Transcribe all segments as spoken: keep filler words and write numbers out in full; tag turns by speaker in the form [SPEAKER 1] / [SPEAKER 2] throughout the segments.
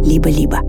[SPEAKER 1] «Либо-либо».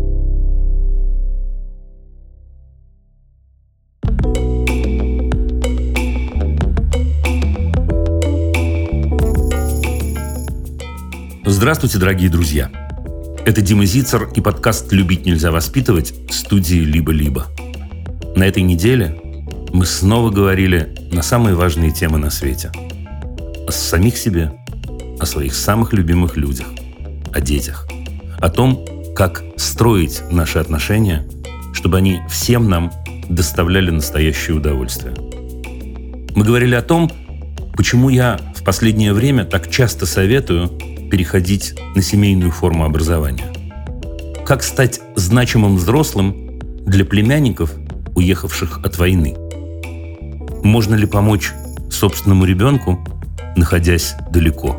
[SPEAKER 2] Здравствуйте, дорогие друзья! Это Дима Зицер и подкаст «Любить нельзя воспитывать» студии «Либо-либо». На этой неделе мы снова говорили на самые важные темы на свете. О самих себе, о своих самых любимых людях, о детях, о том, как строить наши отношения, чтобы они всем нам доставляли настоящее удовольствие. Мы говорили о том, почему я в последнее время так часто советую переходить на семейную форму образования. Как стать значимым взрослым для племянников, уехавших от войны? Можно ли помочь собственному ребенку, находясь далеко?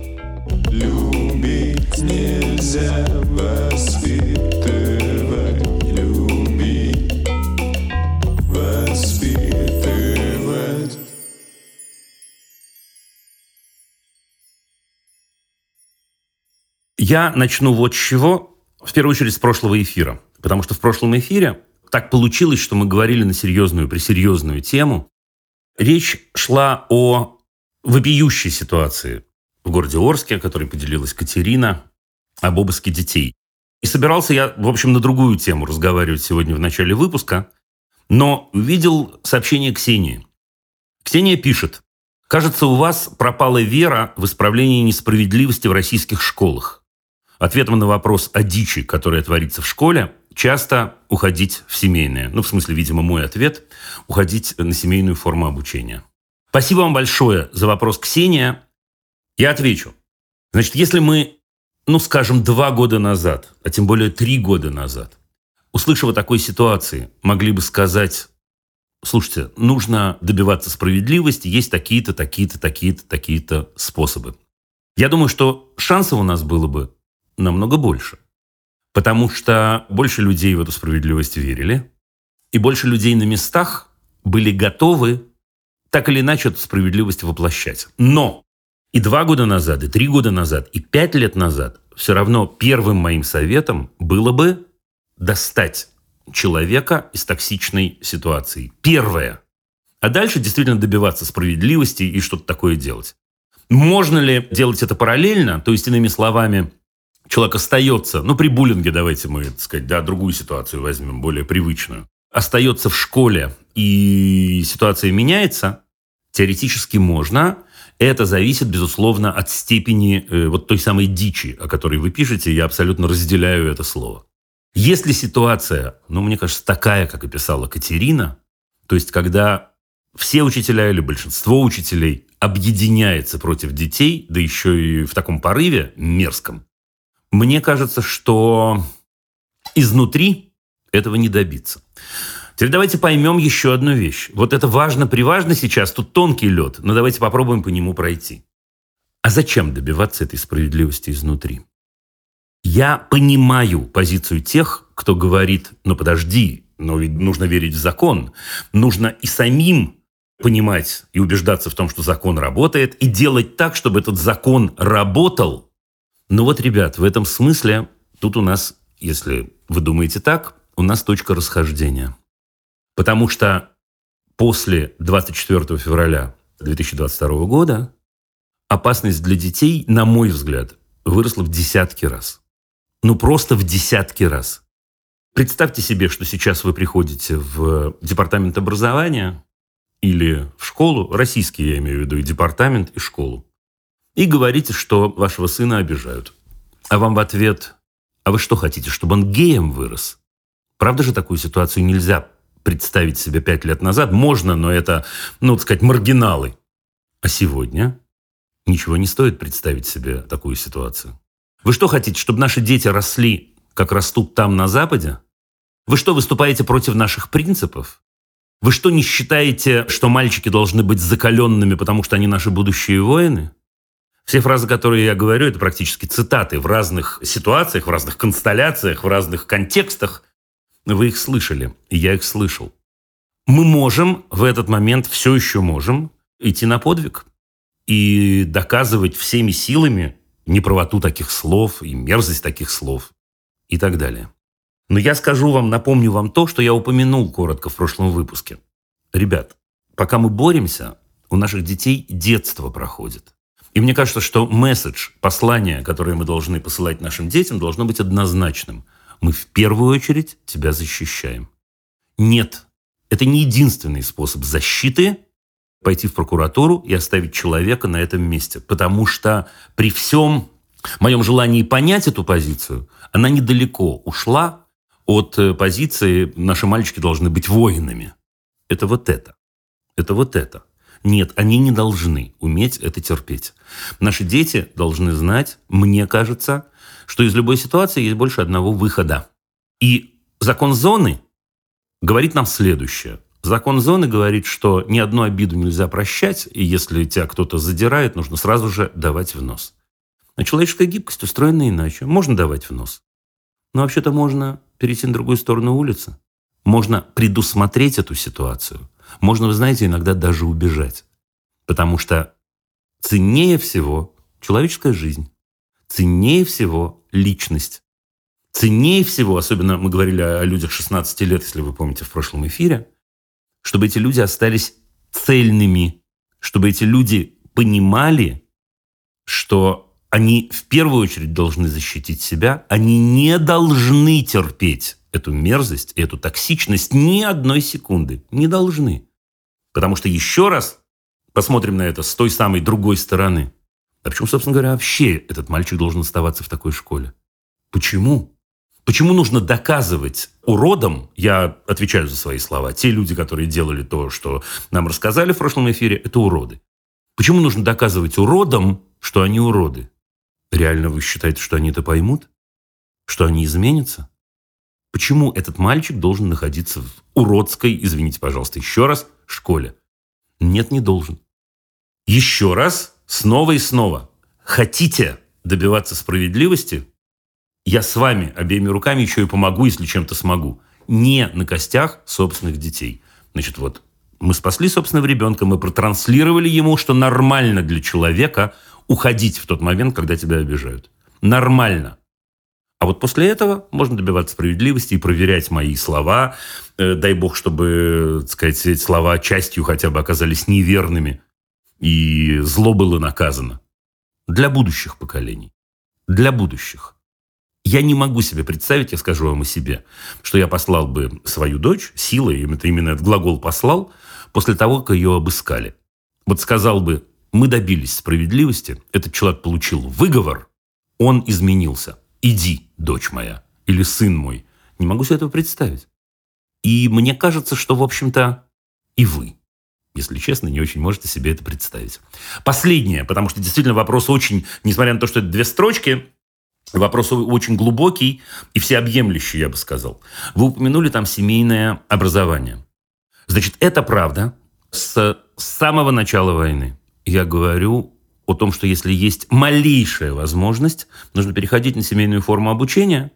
[SPEAKER 3] Любить нельзя воспитывать, любить, воспитывать.
[SPEAKER 2] Я начну вот с чего, в первую очередь с прошлого эфира. Потому что в прошлом эфире так получилось, что мы говорили на серьезную, пресерьезную тему. Речь шла о вопиющей ситуации в городе Орске, о которой поделилась Катерина, об обыске детей. И собирался я, в общем, на другую тему разговаривать сегодня в начале выпуска, но увидел сообщение Ксении. Ксения пишет: «Кажется, у вас пропала вера в исправление несправедливости в российских школах. Ответом на вопрос о дичи, которая творится в школе, часто уходить в семейное». Ну, в смысле, видимо, мой ответ – уходить на семейную форму обучения. Спасибо вам большое за вопрос, Ксения. Я отвечу. Значит, если мы, ну, скажем, два года назад, а тем более три года назад, услышав о такой ситуации, могли бы сказать: слушайте, нужно добиваться справедливости, есть такие-то, такие-то, такие-то, такие-то способы. Я думаю, что шансов у нас было бы намного больше. Потому что больше людей в эту справедливость верили, и больше людей на местах были готовы так или иначе эту справедливость воплощать. Но и два года назад, и три года назад, и пять лет назад все равно первым моим советом было бы достать человека из токсичной ситуации. Первое. А дальше действительно добиваться справедливости и что-то такое делать. Можно ли делать это параллельно? То есть, иными словами, человек остается, ну, при буллинге, давайте мы, так сказать, да, другую ситуацию возьмем, более привычную. Остается в школе, и ситуация меняется, теоретически можно. Это зависит, безусловно, от степени э, вот той самой дичи, о которой вы пишете. Я абсолютно разделяю это слово. Если ситуация, ну, мне кажется, такая, как описала Катерина, то есть когда все учителя или большинство учителей объединяется против детей, да еще и в таком порыве мерзком, мне кажется, что изнутри этого не добиться. Теперь давайте поймем еще одну вещь. Вот это важно-приважно сейчас, тут тонкий лед, но давайте попробуем по нему пройти. А зачем добиваться этой справедливости изнутри? Я понимаю позицию тех, кто говорит: ну подожди, но ведь нужно верить в закон, нужно и самим понимать и убеждаться в том, что закон работает, и делать так, чтобы этот закон работал. Но вот, ребят, в этом смысле тут у нас, если вы думаете так, у нас точка расхождения. Потому что после двадцать четвёртого февраля две тысячи двадцать второго года опасность для детей, на мой взгляд, выросла в десятки раз. Ну, просто в десятки раз. Представьте себе, что сейчас вы приходите в департамент образования или в школу, российский, я имею в виду, и департамент, и школу, и говорите, что вашего сына обижают. А вам в ответ: а вы что хотите, чтобы он геем вырос? Правда же такую ситуацию нельзя представить себе пять лет назад? Можно, но это, ну, так сказать, маргиналы. А сегодня ничего не стоит представить себе такую ситуацию. Вы что хотите, чтобы наши дети росли, как растут там на Западе? Вы что, выступаете против наших принципов? Вы что, не считаете, что мальчики должны быть закаленными, потому что они наши будущие воины? Все фразы, которые я говорю, это практически цитаты в разных ситуациях, в разных констелляциях, в разных контекстах. Вы их слышали, и я их слышал. Мы можем в этот момент, все еще можем, идти на подвиг и доказывать всеми силами неправоту таких слов и мерзость таких слов. и так далее. Но я скажу вам, напомню вам то, что я упомянул коротко в прошлом выпуске. Ребят, пока мы боремся, у наших детей детство проходит. И мне кажется, что месседж, послание, которое мы должны посылать нашим детям, должно быть однозначным. Мы в первую очередь тебя защищаем. Нет, это не единственный способ защиты пойти в прокуратуру и оставить человека на этом месте. Потому что при всем моем желании понять эту позицию, она недалеко ушла от позиции «наши мальчики должны быть воинами». Это вот это. Это вот это. Нет, они не должны уметь это терпеть. Наши дети должны знать, мне кажется, что из любой ситуации есть больше одного выхода. И закон зоны говорит нам следующее. Закон зоны говорит, что ни одну обиду нельзя прощать, и если тебя кто-то задирает, нужно сразу же давать в нос. А человеческая гибкость устроена иначе. Можно давать в нос. Но вообще-то можно перейти на другую сторону улицы. Можно предусмотреть эту ситуацию. Можно, вы знаете, иногда даже убежать. Потому что ценнее всего человеческая жизнь. Ценнее всего личность. Ценнее всего, особенно мы говорили о людях шестнадцати лет, если вы помните в прошлом эфире, чтобы эти люди остались цельными, чтобы эти люди понимали, что они в первую очередь должны защитить себя, они не должны терпеть эту мерзость, эту токсичность ни одной секунды. Не должны. Потому что еще раз посмотрим на это с той самой другой стороны. А почему, собственно говоря, вообще этот мальчик должен оставаться в такой школе? Почему? Почему нужно доказывать уродам, я отвечаю за свои слова, те люди, которые делали то, что нам рассказали в прошлом эфире, это уроды. Почему нужно доказывать уродам, что они уроды? Реально вы считаете, что они это поймут? Что они изменятся? Почему этот мальчик должен находиться в уродской, извините, пожалуйста, еще раз, школе? Нет, не должен. Еще раз, снова и снова. Хотите добиваться справедливости? Я с вами обеими руками еще и помогу, если чем-то смогу. Не на костях собственных детей. Значит, вот, мы спасли собственного ребенка, мы протранслировали ему, что нормально для человека уходить в тот момент, когда тебя обижают. Нормально. А вот после этого можно добиваться справедливости и проверять мои слова. Э, дай бог, чтобы, так сказать, эти слова частью хотя бы оказались неверными. И зло было наказано. Для будущих поколений. Для будущих. Я не могу себе представить, я скажу вам о себе, что я послал бы свою дочь силой, это именно этот глагол «послал», после того, как ее обыскали. Вот сказал бы, мы добились справедливости, этот человек получил выговор, он изменился. Иди, дочь моя, или сын мой. Не могу себе этого представить. И мне кажется, что, в общем-то, и вы, если честно, не очень можете себе это представить. Последнее, потому что действительно вопрос очень, несмотря на то, что это две строчки, вопрос очень глубокий и всеобъемлющий, я бы сказал. Вы упомянули там семейное образование. Значит, это правда. С самого начала войны я говорю о том, что если есть малейшая возможность, нужно переходить на семейную форму обучения,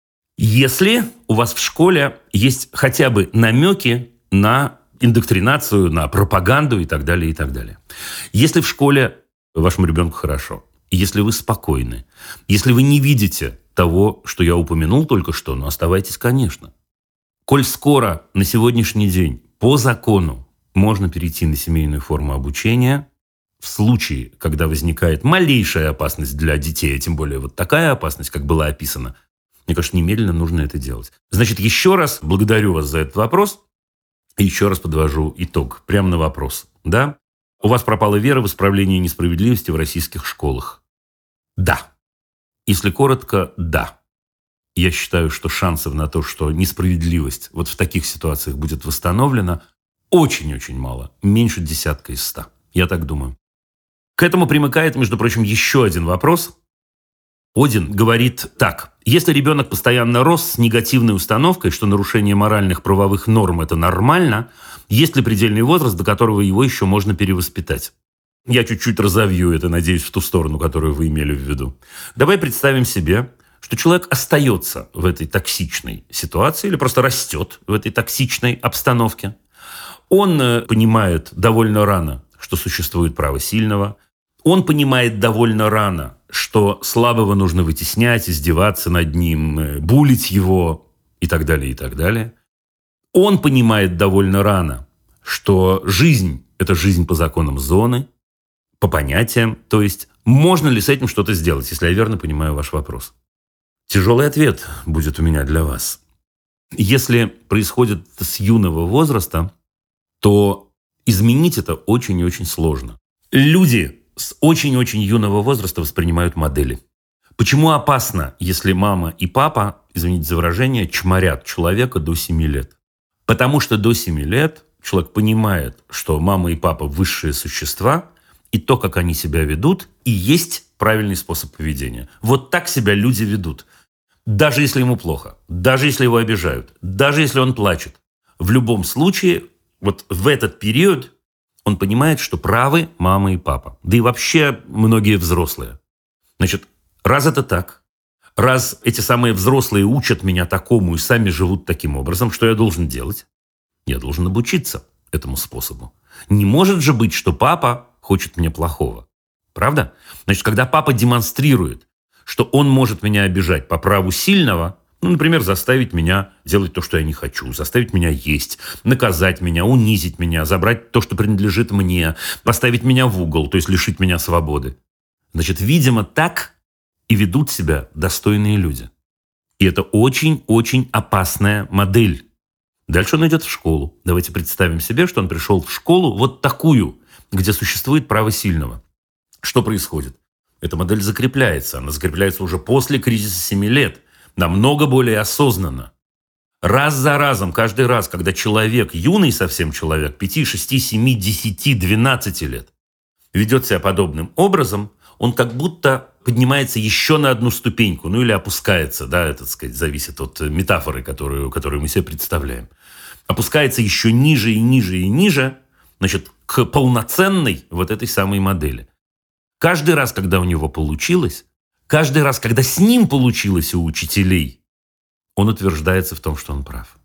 [SPEAKER 2] если у вас в школе есть хотя бы намеки на индоктринацию, на пропаганду и так далее, и так далее. Если в школе вашему ребенку хорошо, если вы спокойны, если вы не видите того, что я упомянул только что, ну, оставайтесь, конечно. Коль скоро на сегодняшний день по закону можно перейти на семейную форму обучения, в случае, когда возникает малейшая опасность для детей, а тем более вот такая опасность, как была описана, мне кажется, немедленно нужно это делать. Значит, еще раз благодарю вас за этот вопрос и еще раз подвожу итог, прямо на вопрос. Да? У вас пропала вера в исправление несправедливости в российских школах. Да. Если коротко, да. Я считаю, что шансов на то, что несправедливость вот в таких ситуациях будет восстановлена, очень-очень мало. Меньше десятка из ста. Я так думаю. К этому примыкает, между прочим, еще один вопрос. Один говорит так. Если ребенок постоянно рос с негативной установкой, что нарушение моральных правовых норм – это нормально, есть ли предельный возраст, до которого его еще можно перевоспитать? Я чуть-чуть разовью это, надеюсь, в ту сторону, которую вы имели в виду. Давай представим себе, что человек остается в этой токсичной ситуации или просто растет в этой токсичной обстановке. Он понимает довольно рано, что существует право сильного. Он понимает довольно рано, что слабого нужно вытеснять, издеваться над ним, булить его и так далее, и так далее. Он понимает довольно рано, что жизнь – это жизнь по законам зоны, по понятиям, то есть можно ли с этим что-то сделать, если я верно понимаю ваш вопрос. Тяжелый ответ будет у меня для вас. Если происходит это с юного возраста, то изменить это очень и очень сложно. Люди с очень-очень юного возраста воспринимают модели. Почему опасно, если мама и папа, извините за выражение, чморят человека до семи лет? Потому что до семи лет человек понимает, что мама и папа – высшие существа, и то, как они себя ведут, и есть правильный способ поведения. Вот так себя люди ведут. Даже если ему плохо, даже если его обижают, даже если он плачет. В любом случае, вот в этот период он понимает, что правы мама и папа. Да и вообще многие взрослые. Значит, раз это так, раз эти самые взрослые учат меня такому и сами живут таким образом, что я должен делать? Я должен обучиться этому способу. Не может же быть, что папа хочет мне плохого. Правда? Значит, когда папа демонстрирует, что он может меня обижать по праву сильного, ну, например, заставить меня делать то, что я не хочу, заставить меня есть, наказать меня, унизить меня, забрать то, что принадлежит мне, поставить меня в угол, то есть лишить меня свободы. Значит, видимо, так и ведут себя достойные люди. И это очень-очень опасная модель. Дальше он идет в школу. Давайте представим себе, что он пришел в школу вот такую, где существует право сильного. Что происходит? Эта модель закрепляется. Она закрепляется уже после кризиса семи лет. Намного более осознанно. Раз за разом, каждый раз, когда человек, юный совсем человек, пяти, шести, семи, десяти, двенадцати лет, ведет себя подобным образом, он как будто поднимается еще на одну ступеньку, ну или опускается, да, это, так сказать, зависит от метафоры, которую, которую мы себе представляем. Опускается еще ниже и ниже и ниже, значит, к полноценной вот этой самой модели. Каждый раз, когда у него получилось, каждый раз, когда с ним получилось у учителей, он утверждается в том, что он прав.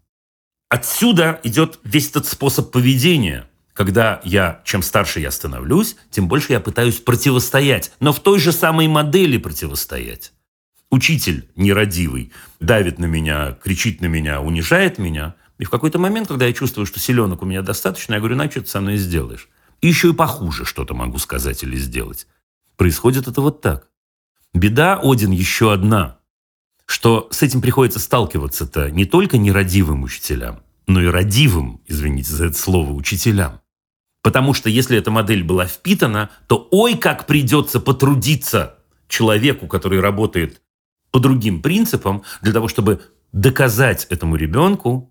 [SPEAKER 2] Отсюда идет весь этот способ поведения. Когда я, чем старше я становлюсь, тем больше я пытаюсь противостоять, но в той же самой модели противостоять. Учитель нерадивый давит на меня, кричит на меня, унижает меня. И в какой-то момент, когда я чувствую, что силенок у меня достаточно, я говорю, на что ты со мной сделаешь? И еще и похуже что-то могу сказать или сделать. Происходит это вот так. Беда, Один, еще одна, что с этим приходится сталкиваться-то не только нерадивым учителям, но и радивым, извините за это слово, учителям. Потому что если эта модель была впитана, то ой, как придется потрудиться человеку, который работает по другим принципам, для того, чтобы доказать этому ребенку,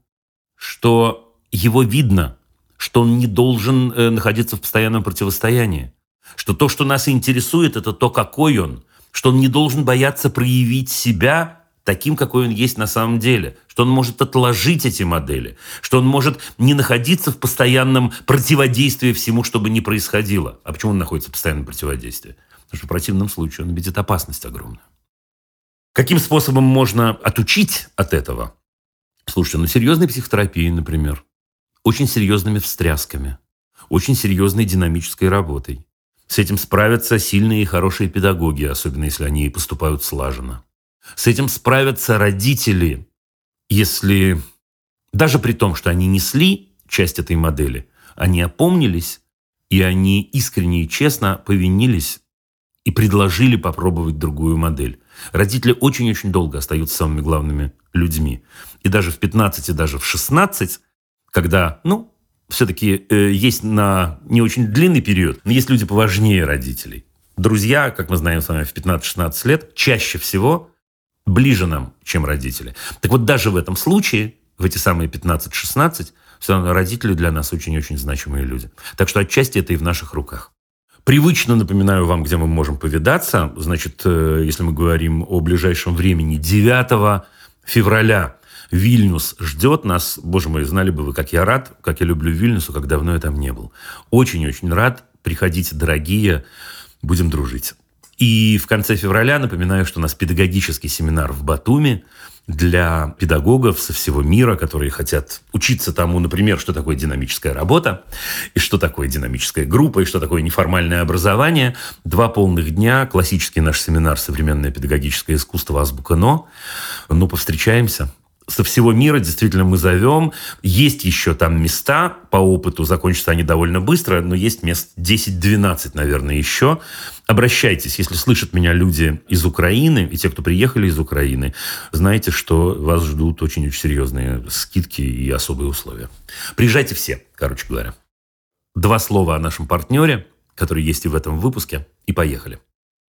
[SPEAKER 2] что его видно, что он не должен э, находиться в постоянном противостоянии, что то, что нас интересует, это то, какой он, что он не должен бояться проявить себя таким, какой он есть на самом деле, что он может отложить эти модели, что он может не находиться в постоянном противодействии всему, что бы ни происходило. А почему он находится в постоянном противодействии? Потому что в противном случае он видит опасность огромную. Каким способом можно отучить от этого? Слушайте, ну серьезной психотерапией, например, очень серьезными встрясками, очень серьезной динамической работой. С этим справятся сильные и хорошие педагоги, особенно если они поступают слаженно. С этим справятся родители, если даже при том, что они несли часть этой модели, они опомнились, и они искренне и честно повинились и предложили попробовать другую модель. Родители очень-очень долго остаются самыми главными людьми. И даже в пятнадцать, и даже в шестнадцать, когда, ну, все-таки э, есть на не очень длинный период, но есть люди поважнее родителей. Друзья, как мы знаем с вами, в пятнадцать-шестнадцать лет чаще всего ближе нам, чем родители. Так вот, даже в этом случае, в эти самые пятнадцать-шестнадцать, все равно родители для нас очень-очень значимые люди. Так что отчасти это и в наших руках. Привычно напоминаю вам, где мы можем повидаться. Значит, если мы говорим о ближайшем времени, девятого февраля Вильнюс ждет нас. Боже мой, знали бы вы, как я рад, как я люблю Вильнюсу, как давно я там не был. Очень-очень рад. Приходите, дорогие, будем дружить. И в конце февраля напоминаю, что у нас педагогический семинар в Батуми. для педагогов со всего мира, которые хотят учиться тому, например, что такое динамическая работа, и что такое динамическая группа, и что такое неформальное образование. Два полных дня, классический наш семинар «Современное педагогическое искусство. Азбука НО». Ну, повстречаемся. Со всего мира действительно мы зовем. Есть еще там места, по опыту закончатся они довольно быстро, но есть мест десять-двенадцать, наверное, еще. Обращайтесь, если слышат меня люди из Украины, и те, кто приехали из Украины, знайте, что вас ждут очень-очень серьезные скидки и особые условия. Приезжайте все, короче говоря. Два слова о нашем партнере, который есть и в этом выпуске, и поехали.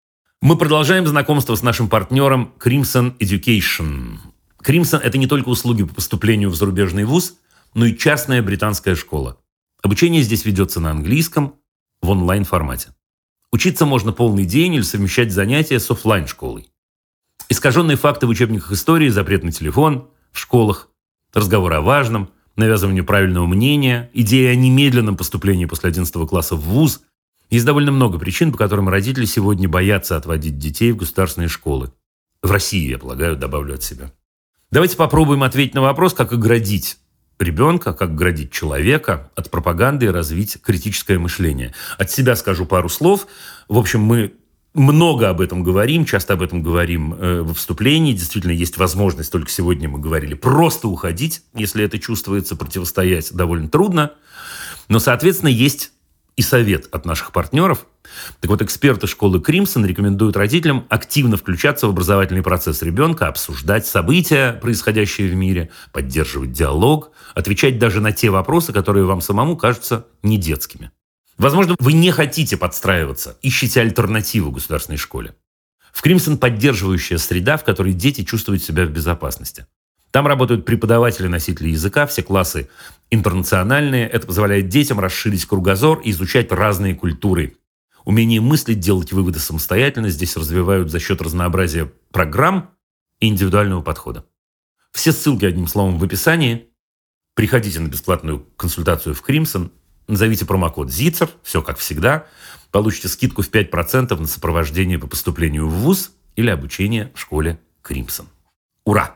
[SPEAKER 2] Мы продолжаем знакомство с нашим партнером Crimson Education. Crimson – это не только услуги по поступлению в зарубежный вуз, но и частная британская школа. Обучение здесь ведется на английском в онлайн-формате. Учиться можно полный день или совмещать занятия с офлайн-школой. Искаженные факты в учебниках истории, запрет на телефон в школах, разговор о важном, навязывание правильного мнения, идея о немедленном поступлении после одиннадцатого класса в вуз. Есть довольно много причин, по которым родители сегодня боятся отводить детей в государственные школы. В России, я полагаю, добавлю от себя. Давайте попробуем ответить на вопрос, как оградить ребенка, как оградить человека от пропаганды и развить критическое мышление. От себя скажу пару слов. В общем, мы много об этом говорим, часто об этом говорим э, во вступлении. Действительно, есть возможность, только сегодня мы говорили, просто уходить, если это чувствуется, противостоять довольно трудно. Но, соответственно, есть и совет от наших партнеров. Так вот, эксперты школы Crimson рекомендуют родителям активно включаться в образовательный процесс ребенка, обсуждать события, происходящие в мире, поддерживать диалог, отвечать даже на те вопросы, которые вам самому кажутся не детскими. Возможно, вы не хотите подстраиваться, ищете альтернативу государственной школе. В Crimson поддерживающая среда, в которой дети чувствуют себя в безопасности. Там работают преподаватели-носители языка, все классы интернациональные. Это позволяет детям расширить кругозор и изучать разные культуры. Умение мыслить, делать выводы самостоятельно здесь развивают за счет разнообразия программ и индивидуального подхода. Все ссылки, одним словом, в описании. Приходите на бесплатную консультацию в Crimson, назовите промокод ЗИЦЕР, все как всегда. Получите скидку в пять процентов на сопровождение по поступлению в вуз или обучение в школе Crimson. Ура!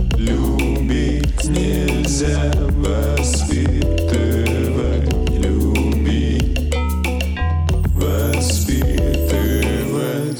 [SPEAKER 3] Любить нельзя воспитывать, любить, воспитывать.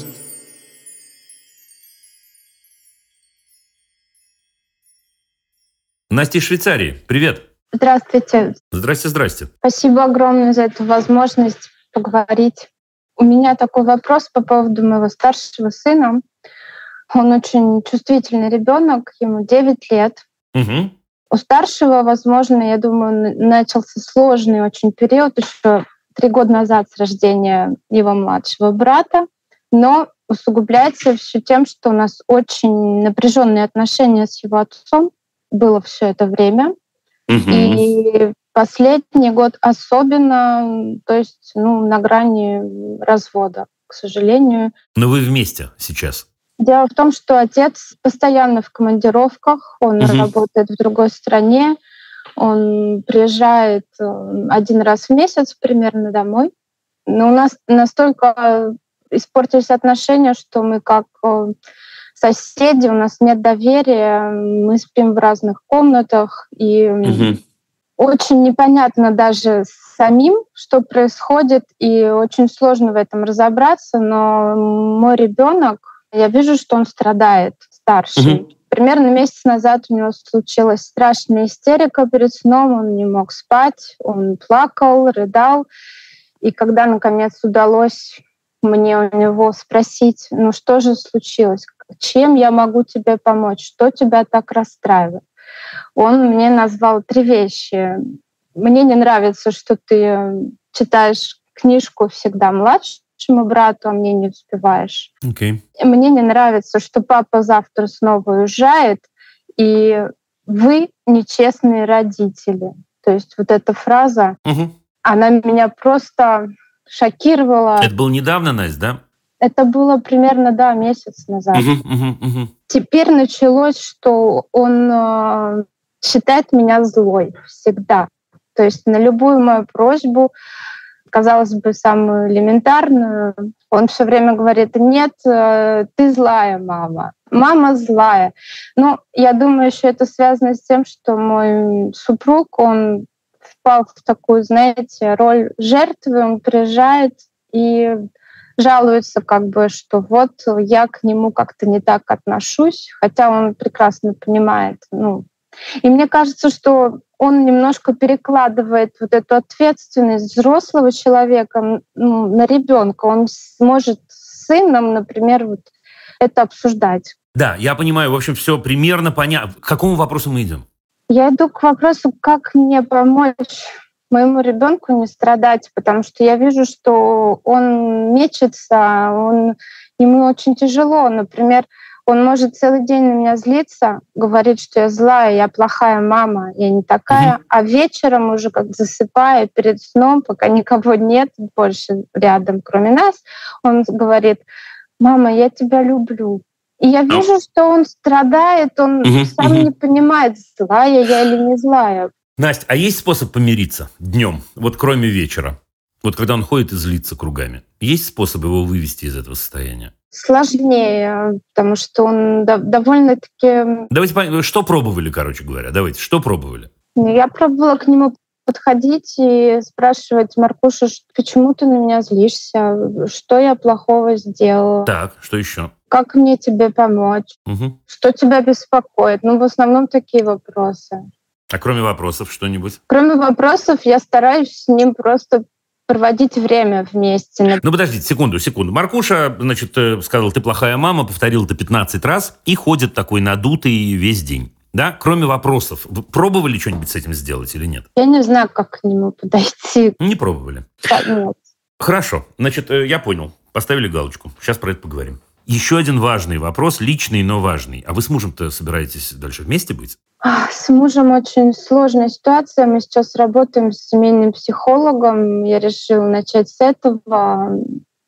[SPEAKER 2] Настя из Швейцарии, привет!
[SPEAKER 1] Здравствуйте.
[SPEAKER 2] Здрасте, здрасте.
[SPEAKER 1] Спасибо огромное за эту возможность поговорить. У меня такой вопрос по поводу моего старшего сына. Он очень чувствительный ребенок, ему девять лет.
[SPEAKER 2] Угу.
[SPEAKER 1] У старшего, возможно, я думаю, начался сложный очень период еще три года назад с рождения его младшего брата, но усугубляется все тем, что у нас очень напряженные отношения с его отцом было все это время.
[SPEAKER 2] Угу.
[SPEAKER 1] И последний год особенно, то есть ну, на грани развода, к сожалению.
[SPEAKER 2] Но вы вместе сейчас?
[SPEAKER 1] Дело в том, что отец постоянно в командировках, он угу. работает в другой стране, он приезжает один раз в месяц примерно домой. Но у нас настолько испортились отношения, что мы как соседи, у нас нет доверия, мы спим в разных комнатах, и угу. очень непонятно даже самим, что происходит, и очень сложно в этом разобраться, но мой ребенок, я вижу, что он страдает, старший. Угу. Примерно месяц назад у него случилась страшная истерика перед сном, он не мог спать, он плакал, рыдал. И когда, наконец, удалось мне у него спросить, ну что же случилось, чем я могу тебе помочь, что тебя так расстраивает, он мне назвал три вещи. Мне не нравится, что ты читаешь книжку всегда младшему брату, а мне не успеваешь.
[SPEAKER 2] Okay.
[SPEAKER 1] Мне не нравится, что папа завтра снова уезжает, и вы нечестные родители. То есть вот эта фраза,
[SPEAKER 2] uh-huh.
[SPEAKER 1] она меня просто шокировала.
[SPEAKER 2] Это было недавно, Настя, да?
[SPEAKER 1] Это было примерно, да, месяц назад.
[SPEAKER 2] Uh-huh, uh-huh, uh-huh.
[SPEAKER 1] Теперь началось, что он э, считает меня злой всегда. То есть на любую мою просьбу, казалось бы, самую элементарную, он все время говорит: нет, э, ты злая мама. Мама злая. Ну, я думаю, еще это связано с тем, что мой супруг, он впал в такую, знаете, роль жертвы. Он приезжает и жалуется, как бы, что вот я к нему как-то не так отношусь, хотя он прекрасно понимает. Ну, и мне кажется, что он немножко перекладывает вот эту ответственность взрослого человека, ну, на ребенка. Он сможет с сыном, например, вот это обсуждать.
[SPEAKER 2] Да, я понимаю, в общем, все примерно понятно. К какому вопросу мы идем?
[SPEAKER 1] Я иду к вопросу, как мне помочь моему ребенку не страдать, потому что я вижу, что он мечется, он, ему очень тяжело. Например, он может целый день на меня злиться, говорить, что я злая, я плохая мама, я не такая, угу. А вечером уже как засыпая перед сном, пока никого нет больше рядом, кроме нас, он говорит: «Мама, я тебя люблю». И я вижу, oh. что он страдает, он uh-huh, сам uh-huh. не понимает, злая я или не злая.
[SPEAKER 2] Настя, а есть способ помириться днем, вот кроме вечера? Вот когда он ходит и злится кругами. Есть способ его вывести из этого состояния?
[SPEAKER 1] Сложнее, потому что он довольно-таки...
[SPEAKER 2] Давайте, что пробовали, короче говоря? Давайте, что пробовали?
[SPEAKER 1] Я пробовала к нему подходить и спрашивать: «Маркуша, почему ты на меня злишься? Что я плохого сделала?
[SPEAKER 2] Так, что еще?
[SPEAKER 1] Как мне тебе помочь?
[SPEAKER 2] Угу.
[SPEAKER 1] Что тебя беспокоит?» Ну, в основном такие вопросы.
[SPEAKER 2] А кроме вопросов что-нибудь?
[SPEAKER 1] Кроме вопросов я стараюсь с ним просто проводить время вместе.
[SPEAKER 2] Ну, подождите, секунду, секунду. Маркуша, значит, сказал: «Ты плохая мама», повторил это пятнадцать раз и ходит такой надутый весь день. Да? Кроме вопросов. Вы пробовали что-нибудь с этим сделать или нет?
[SPEAKER 1] Я не знаю, как к нему подойти.
[SPEAKER 2] Не пробовали?
[SPEAKER 1] Да, нет.
[SPEAKER 2] Хорошо. Значит, я понял. Поставили галочку. Сейчас про это поговорим. Еще один важный вопрос, личный, но важный. А вы с мужем-то собираетесь дальше вместе быть?
[SPEAKER 1] С мужем очень сложная ситуация. Мы сейчас работаем с семейным психологом. Я решила начать с этого.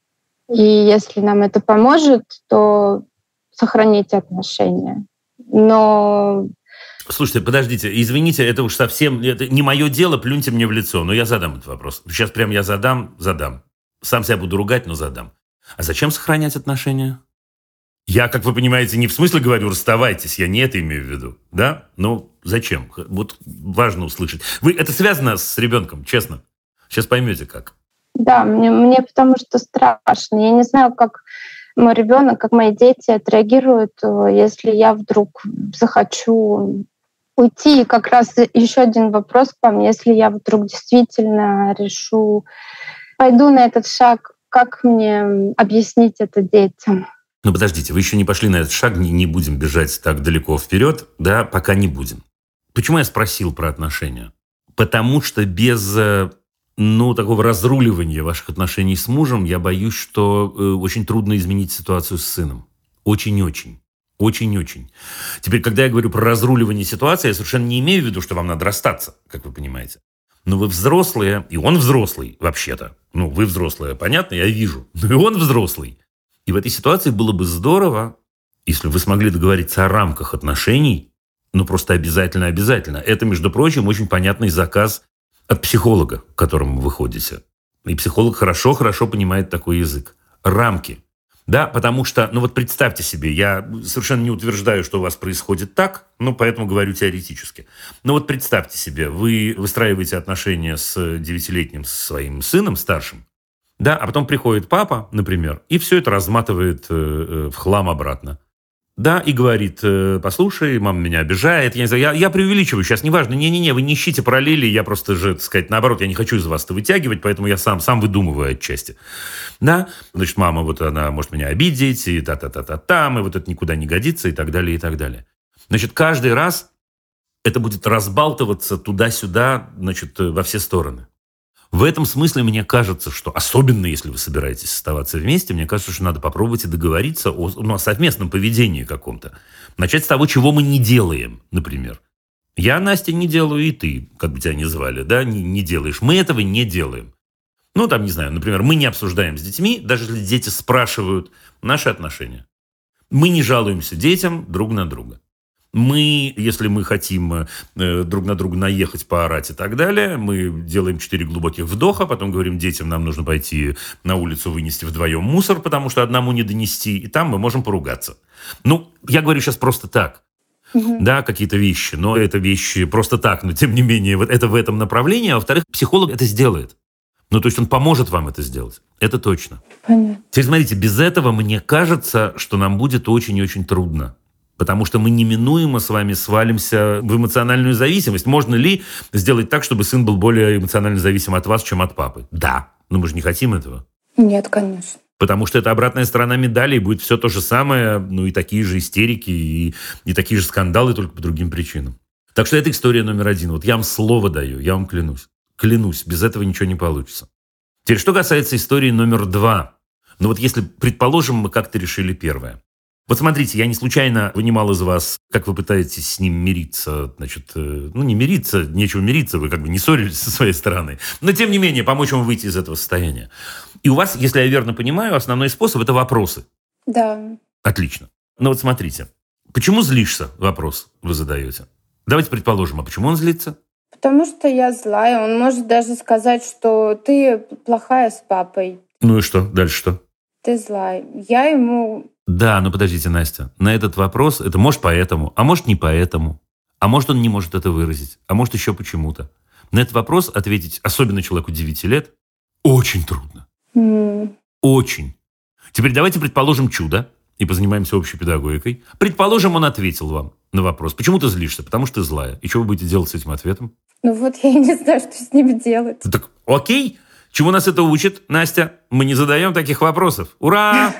[SPEAKER 1] И если нам это поможет, то сохранить отношения. Но...
[SPEAKER 2] Слушайте, подождите, извините, это уж совсем... Это не мое дело, плюньте мне в лицо. Но я задам этот вопрос. Сейчас прям я задам, задам. Сам себя буду ругать, но задам. А зачем сохранять отношения? Я, как вы понимаете, не в смысле говорю «расставайтесь», я не это имею в виду, да? Ну, зачем? Вот важно услышать. Вы, это связано с ребенком, честно? Сейчас поймете, как.
[SPEAKER 1] Да, мне, мне потому что страшно. Я не знаю, как мой ребенок, как мои дети отреагируют, если я вдруг захочу уйти. И как раз еще один вопрос к вам. Если я вдруг действительно решу, пойду на этот шаг, как мне объяснить это детям?
[SPEAKER 2] Ну, подождите, вы еще не пошли на этот шаг, не, не будем бежать так далеко вперед, да, пока не будем. Почему я спросил про отношения? Потому что без, ну, такого разруливания ваших отношений с мужем, я боюсь, что э, очень трудно изменить ситуацию с сыном. Очень-очень. Очень-очень. Теперь, когда я говорю про разруливание ситуации, я совершенно не имею в виду, что вам надо расстаться, как вы понимаете. Но вы взрослые, и он взрослый, вообще-то. Ну, вы взрослые, понятно, я вижу. Но и он взрослый. И в этой ситуации было бы здорово, если вы смогли договориться о рамках отношений, ну, просто обязательно-обязательно. Это, между прочим, очень понятный заказ от психолога, к которому вы ходите. И психолог хорошо-хорошо понимает такой язык. Рамки. Да, потому что, ну вот представьте себе, я совершенно не утверждаю, что у вас происходит так, ну, поэтому говорю теоретически. Но вот представьте себе, вы выстраиваете отношения с девятилетним своим сыном старшим, да, а потом приходит папа, например, и все это разматывает э, э, в хлам обратно. Да, и говорит: э, послушай, мама меня обижает, я не знаю, я, я преувеличиваю сейчас, неважно, не-не-не, вы не ищите параллели, я просто же, так сказать, наоборот, я не хочу из вас это вытягивать, поэтому я сам, сам выдумываю отчасти. Да, значит, мама, вот она может меня обидеть, и та-та-та-та-там, и вот это никуда не годится, и так далее, и так далее. Значит, каждый раз это будет разбалтываться туда-сюда, значит, во все стороны. В этом смысле мне кажется, что, особенно если вы собираетесь оставаться вместе, мне кажется, что надо попробовать и договориться о, ну, о совместном поведении каком-то. Начать с того, чего мы не делаем, например. Я, Настя, не делаю, и ты, как бы тебя ни звали, да, не, не делаешь. Мы этого не делаем. Ну, там, не знаю, например, мы не обсуждаем с детьми, даже если дети спрашивают наши отношения. Мы не жалуемся детям друг на друга. Мы, если мы хотим э, друг на друга наехать, поорать и так далее, мы делаем четыре глубоких вдоха, потом говорим детям, нам нужно пойти на улицу вынести вдвоем мусор, потому что одному не донести, и там мы можем поругаться. Ну, я говорю сейчас просто так. Угу. Да, какие-то вещи, но это вещи просто так, но тем не менее, вот это в этом направлении, а во-вторых, психолог это сделает. Ну, то есть он поможет вам это сделать. Это точно.
[SPEAKER 1] Понятно.
[SPEAKER 2] Теперь смотрите, без этого мне кажется, что нам будет очень и очень трудно. Потому что мы неминуемо с вами свалимся в эмоциональную зависимость. Можно ли сделать так, чтобы сын был более эмоционально зависим от вас, чем от папы? Да. Но мы же не хотим этого.
[SPEAKER 1] Нет, конечно.
[SPEAKER 2] Потому что это обратная сторона медали, и будет все то же самое, ну и такие же истерики, и, и такие же скандалы, только по другим причинам. Так что это история номер один. Вот я вам слово даю, я вам клянусь. Клянусь, без этого ничего не получится. Теперь, что касается истории номер два. Ну вот если, предположим, мы как-то решили первое. Вот смотрите, я не случайно вынимал из вас, как вы пытаетесь с ним мириться. Значит, ну не мириться, нечего мириться, вы как бы не ссорились со своей стороны. Но тем не менее, помочь ему выйти из этого состояния. И у вас, если я верно понимаю, основной способ – это вопросы.
[SPEAKER 1] Да.
[SPEAKER 2] Отлично. Ну вот смотрите, почему злишься? Вопрос вы задаете. Давайте предположим, а почему он злится?
[SPEAKER 1] Потому что я злая. Он может даже сказать, что ты плохая с папой.
[SPEAKER 2] Ну и что? Дальше что?
[SPEAKER 1] Ты злая. Я ему...
[SPEAKER 2] Да, но подождите, Настя. На этот вопрос, это может поэтому, а может не поэтому. А может он не может это выразить, а может еще почему-то. На этот вопрос ответить, особенно человеку девяти лет, очень трудно.
[SPEAKER 1] Mm.
[SPEAKER 2] Очень. Теперь давайте предположим чудо и позанимаемся общей педагогикой. Предположим, он ответил вам на вопрос. Почему ты злишься? Потому что ты злая. И что вы будете делать с этим ответом?
[SPEAKER 1] Ну вот я и не знаю, что с ними делать.
[SPEAKER 2] Так окей. Чему нас это учит, Настя? Мы не задаем таких вопросов. Ура!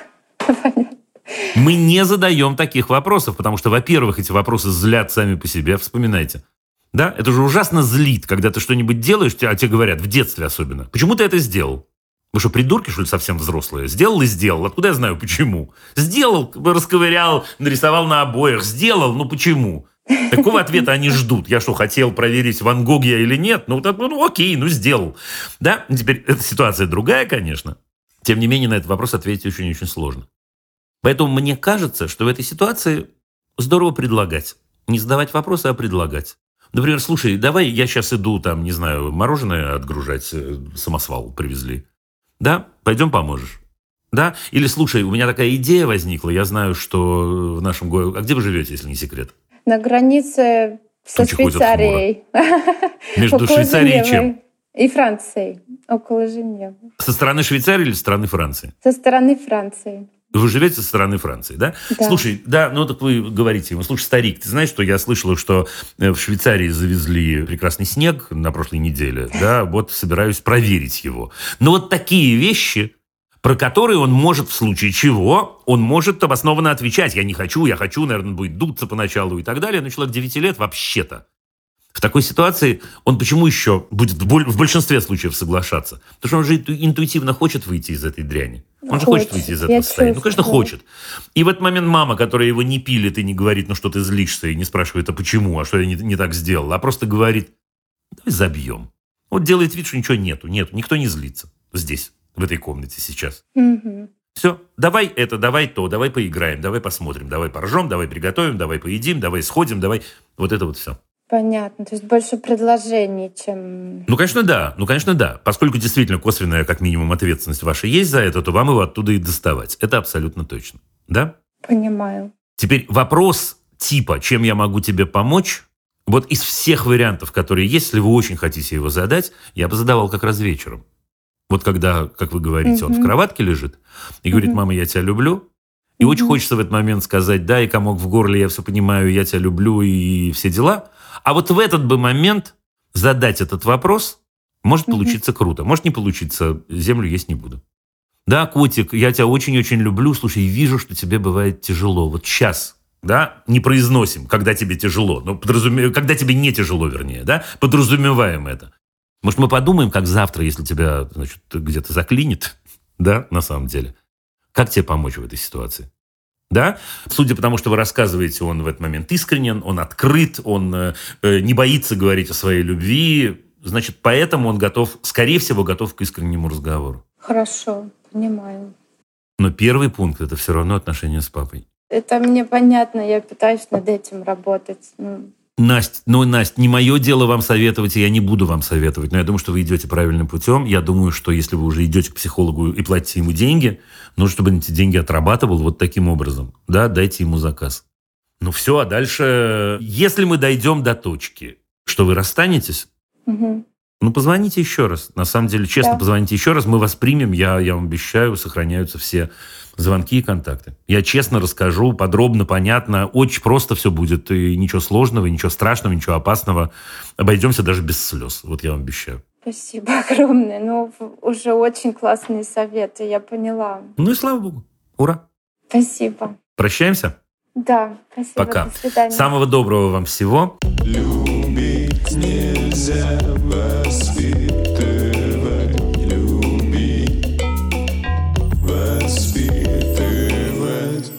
[SPEAKER 2] Мы не задаем таких вопросов, потому что, во-первых, эти вопросы злят сами по себе, вспоминайте. Да? Это же ужасно злит, когда ты что-нибудь делаешь, а тебе говорят, в детстве особенно. Почему ты это сделал? Вы что, придурки, что ли, совсем взрослые? Сделал и сделал. Откуда я знаю, почему? Сделал, расковырял, нарисовал на обоях. Сделал, ну почему? Такого ответа они ждут. Я что, хотел проверить, Ван Гог я или нет? Ну, так, ну окей, ну сделал. Да? Теперь эта ситуация другая, конечно. Тем не менее, на этот вопрос ответить очень-очень сложно. Поэтому мне кажется, что в этой ситуации здорово предлагать. Не задавать вопросы, а предлагать. Например, слушай, давай я сейчас иду, там, не знаю, мороженое отгружать, самосвал привезли. Да? Пойдем поможешь. Да? Или, слушай, у меня такая идея возникла, я знаю, что в нашем городе... А где вы живете, если не секрет?
[SPEAKER 1] На границе со Швейцарией.
[SPEAKER 2] Между Швейцарией и чем?
[SPEAKER 1] И Францией. Около Женевы.
[SPEAKER 2] Со стороны Швейцарии или со стороны Франции?
[SPEAKER 1] Со стороны Франции.
[SPEAKER 2] Вы живете со стороны Франции, да?
[SPEAKER 1] Да.
[SPEAKER 2] Слушай, да, ну так вы говорите ему, слушай, старик, ты знаешь, что я слышала, что в Швейцарии завезли прекрасный снег на прошлой неделе, да, вот собираюсь проверить его. Но вот такие вещи, про которые он может в случае чего, он может обоснованно отвечать. Я не хочу, я хочу, наверное, будет дуться поначалу и так далее, но человек девяти лет вообще-то. В такой ситуации он почему еще будет в большинстве случаев соглашаться? Потому что он же интуитивно хочет выйти из этой дряни. Он хочет. же хочет выйти из этого Я состояния. Чувствую. Ну, конечно, хочет. И в этот момент мама, которая его не пилит и не говорит, ну что ты злишься, и не спрашивает, а почему, а что я не, не так сделал, а просто говорит, давай забьем. Вот делает вид, что ничего нету, нету, никто не злится здесь, в этой комнате сейчас.
[SPEAKER 1] Угу.
[SPEAKER 2] Все, давай это, давай то, давай поиграем, давай посмотрим, давай поржем, давай приготовим, давай поедим, давай сходим, давай вот это вот все.
[SPEAKER 1] Понятно. То есть больше предложений, чем...
[SPEAKER 2] Ну, конечно, да. Ну, конечно, да. Поскольку действительно косвенная, как минимум, ответственность ваша есть за это, то вам его оттуда и доставать. Это абсолютно точно. Да?
[SPEAKER 1] Понимаю.
[SPEAKER 2] Теперь вопрос типа «чем я могу тебе помочь?» Вот из всех вариантов, которые есть, если вы очень хотите его задать, я бы задавал как раз вечером. Вот когда, как вы говорите, угу. он в кроватке лежит и говорит, мама, я тебя люблю. И угу. очень хочется в этот момент сказать, да, и комок в горле, я все понимаю, я тебя люблю и все дела. А вот в этот бы момент задать этот вопрос может mm-hmm. получиться круто. Может не получиться, землю есть не буду. Да, котик, я тебя очень-очень люблю. Слушай, вижу, что тебе бывает тяжело. Вот сейчас, да, не произносим, когда тебе тяжело. Но подразуме... когда тебе не тяжело, вернее, да, подразумеваем это. Может, мы подумаем, как завтра, если тебя, значит, где-то заклинит, да, на самом деле. Как тебе помочь в этой ситуации? Да? Судя по тому, что вы рассказываете, он в этот момент искренен, он открыт, он э, не боится говорить о своей любви. Значит, поэтому он готов, скорее всего, готов к искреннему разговору.
[SPEAKER 1] Хорошо, понимаю.
[SPEAKER 2] Но первый пункт – это все равно отношения с папой.
[SPEAKER 1] Это мне понятно, я пытаюсь над этим работать. Ну,
[SPEAKER 2] Насть, ну, Насть, не мое дело вам советовать, и я не буду вам советовать, но я думаю, что вы идете правильным путем. Я думаю, что если вы уже идете к психологу и платите ему деньги, нужно, чтобы он эти деньги отрабатывал вот таким образом. Да, дайте ему заказ. Ну все, а дальше, если мы дойдем до точки, что вы расстанетесь,
[SPEAKER 1] угу.
[SPEAKER 2] ну позвоните еще раз. На самом деле, честно,
[SPEAKER 1] Да.
[SPEAKER 2] позвоните еще раз, мы вас примем, я, я вам обещаю, сохраняются все звонки и контакты. Я честно расскажу, подробно, понятно, очень просто все будет, и ничего сложного, ничего страшного, ничего опасного. Обойдемся даже без слез, вот я вам обещаю.
[SPEAKER 1] Спасибо огромное. Ну, уже очень классные советы, я поняла.
[SPEAKER 2] Ну и слава богу. Ура.
[SPEAKER 1] Спасибо.
[SPEAKER 2] Прощаемся?
[SPEAKER 1] Да, спасибо.
[SPEAKER 2] Пока.
[SPEAKER 1] До свидания.
[SPEAKER 2] Самого доброго вам всего.
[SPEAKER 3] Любить нельзя воспитывать, любить, воспитывать.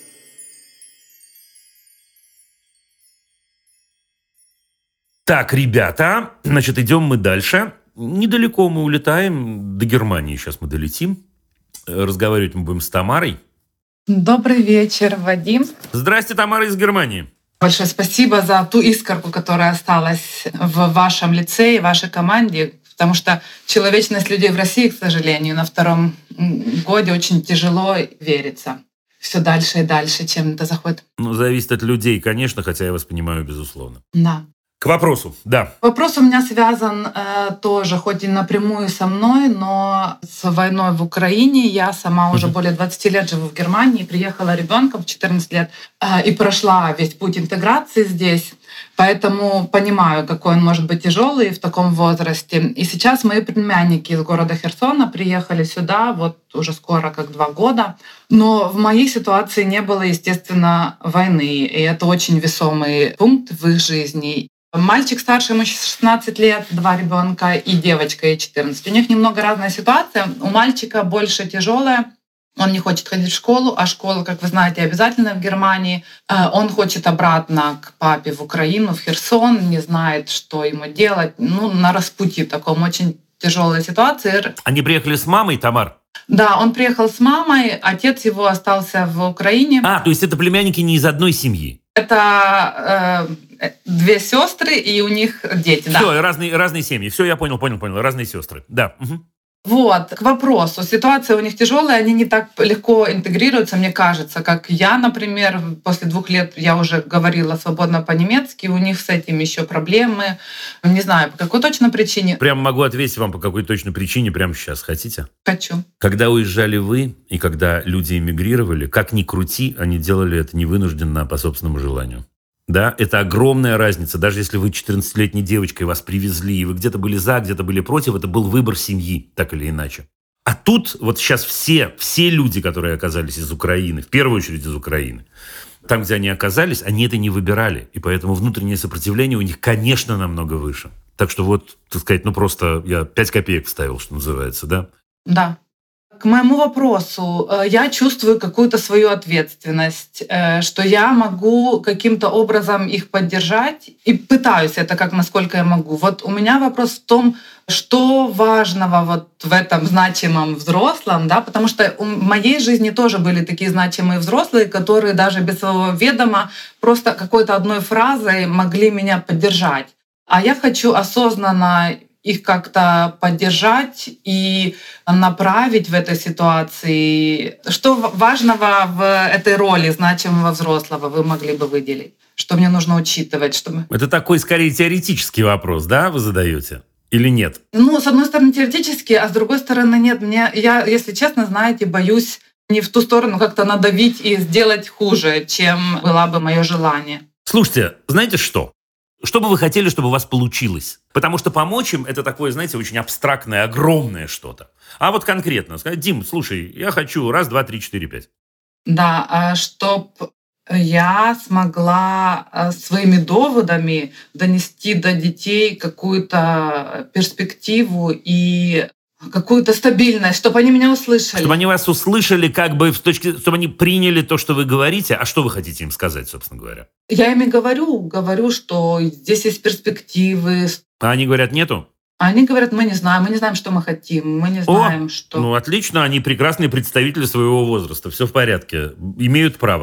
[SPEAKER 2] Так, ребята, значит, идем мы дальше. Недалеко мы улетаем, до Германии сейчас мы долетим. Разговаривать мы будем с Тамарой.
[SPEAKER 4] Добрый вечер, Вадим.
[SPEAKER 2] Здрасте, Тамара из Германии.
[SPEAKER 4] Большое спасибо за ту искорку, которая осталась в вашем лице и вашей команде, потому что человечность людей в России, к сожалению, на втором годе очень тяжело верится. Все дальше и дальше, чем это заходит.
[SPEAKER 2] Ну, зависит от людей, конечно, хотя я вас понимаю, безусловно.
[SPEAKER 4] Да.
[SPEAKER 2] К вопросу, да.
[SPEAKER 4] Вопрос у меня связан э, тоже, хоть и напрямую со мной, но с войной в Украине. Я сама уже более двадцати лет живу в Германии, приехала ребенком в четырнадцать лет э, и прошла весь путь интеграции здесь. Поэтому понимаю, какой он может быть тяжелый в таком возрасте. И сейчас мои племянники из города Херсона приехали сюда, вот уже скоро как два года. Но в моей ситуации не было, естественно, войны. И это очень весомый пункт в их жизни. Мальчик старше, ему шестнадцать лет, два ребенка, и девочка, ей четырнадцать. У них немного разная ситуация. У мальчика больше тяжелая. Он не хочет ходить в школу, а школа, как вы знаете, обязательно в Германии. Он хочет обратно к папе в Украину, в Херсон, не знает, что ему делать. Ну, на распутье таком, очень тяжелая ситуация.
[SPEAKER 2] Они приехали с мамой, Тамар?
[SPEAKER 4] Да, он приехал с мамой, отец его остался в Украине.
[SPEAKER 2] А, то есть это племянники не из одной семьи?
[SPEAKER 4] Это э, две сестры, и у них дети.
[SPEAKER 2] Все,
[SPEAKER 4] да.
[SPEAKER 2] разные, разные семьи. Все, я понял, понял, понял. Разные сестры. Да. Угу.
[SPEAKER 4] Вот, к вопросу. Ситуация у них тяжелая, они не так легко интегрируются, мне кажется, как я, например, после двух лет я уже говорила свободно по-немецки, у них с этим еще проблемы. Не знаю, по какой точно причине.
[SPEAKER 2] Прямо могу ответить вам по какой точной причине прямо сейчас. Хотите?
[SPEAKER 4] Хочу.
[SPEAKER 2] Когда уезжали вы, и когда люди эмигрировали, как ни крути, они делали это невынужденно, а по собственному желанию. Да, это огромная разница. Даже если вы четырнадцатилетней девочкой вас привезли, и вы где-то были за, где-то были против, это был выбор семьи, так или иначе. А тут вот сейчас все, все люди, которые оказались из Украины, в первую очередь из Украины, там, где они оказались, они это не выбирали. И поэтому внутреннее сопротивление у них, конечно, намного выше. Так что вот, так сказать, ну просто я пять копеек вставил, что называется, да?
[SPEAKER 4] Да. К моему вопросу, я чувствую какую-то свою ответственность, что я могу каким-то образом их поддержать и пытаюсь это как насколько я могу. Вот у меня вопрос в том, что важного вот в этом значимом взрослом, да, потому что в моей жизни тоже были такие значимые взрослые, которые даже без своего ведома просто какой-то одной фразой могли меня поддержать. А я хочу осознанно их как-то поддержать и направить в этой ситуации. Что важного в этой роли значимого взрослого вы могли бы выделить? Что мне нужно учитывать? Чтобы...
[SPEAKER 2] Это такой, скорее, теоретический вопрос, да, вы задаете? Или нет?
[SPEAKER 4] Ну, с одной стороны, теоретически, а с другой стороны, нет. Мне, я, если честно, знаете, боюсь не в ту сторону как-то надавить и сделать хуже, чем было бы мое желание.
[SPEAKER 2] Слушайте, знаете что? Что бы вы хотели, чтобы у вас получилось? Потому что помочь им — это такое, знаете, очень абстрактное, огромное что-то. А вот конкретно сказать: Дим, слушай, я хочу раз, два, три, четыре, пять.
[SPEAKER 4] Да, чтоб я смогла своими доводами донести до детей какую-то перспективу и какую-то стабильность, чтобы они меня услышали.
[SPEAKER 2] Чтобы они вас услышали, как бы, в точке, чтобы они приняли то, что вы говорите. А что вы хотите им сказать, собственно говоря?
[SPEAKER 4] Я ими говорю, говорю, что здесь есть перспективы.
[SPEAKER 2] А они говорят: нету?
[SPEAKER 4] А они говорят: мы не знаем, мы не знаем, что мы хотим, мы не знаем,
[SPEAKER 2] О,
[SPEAKER 4] что...
[SPEAKER 2] Ну, отлично, они прекрасные представители своего возраста, все в порядке, имеют право.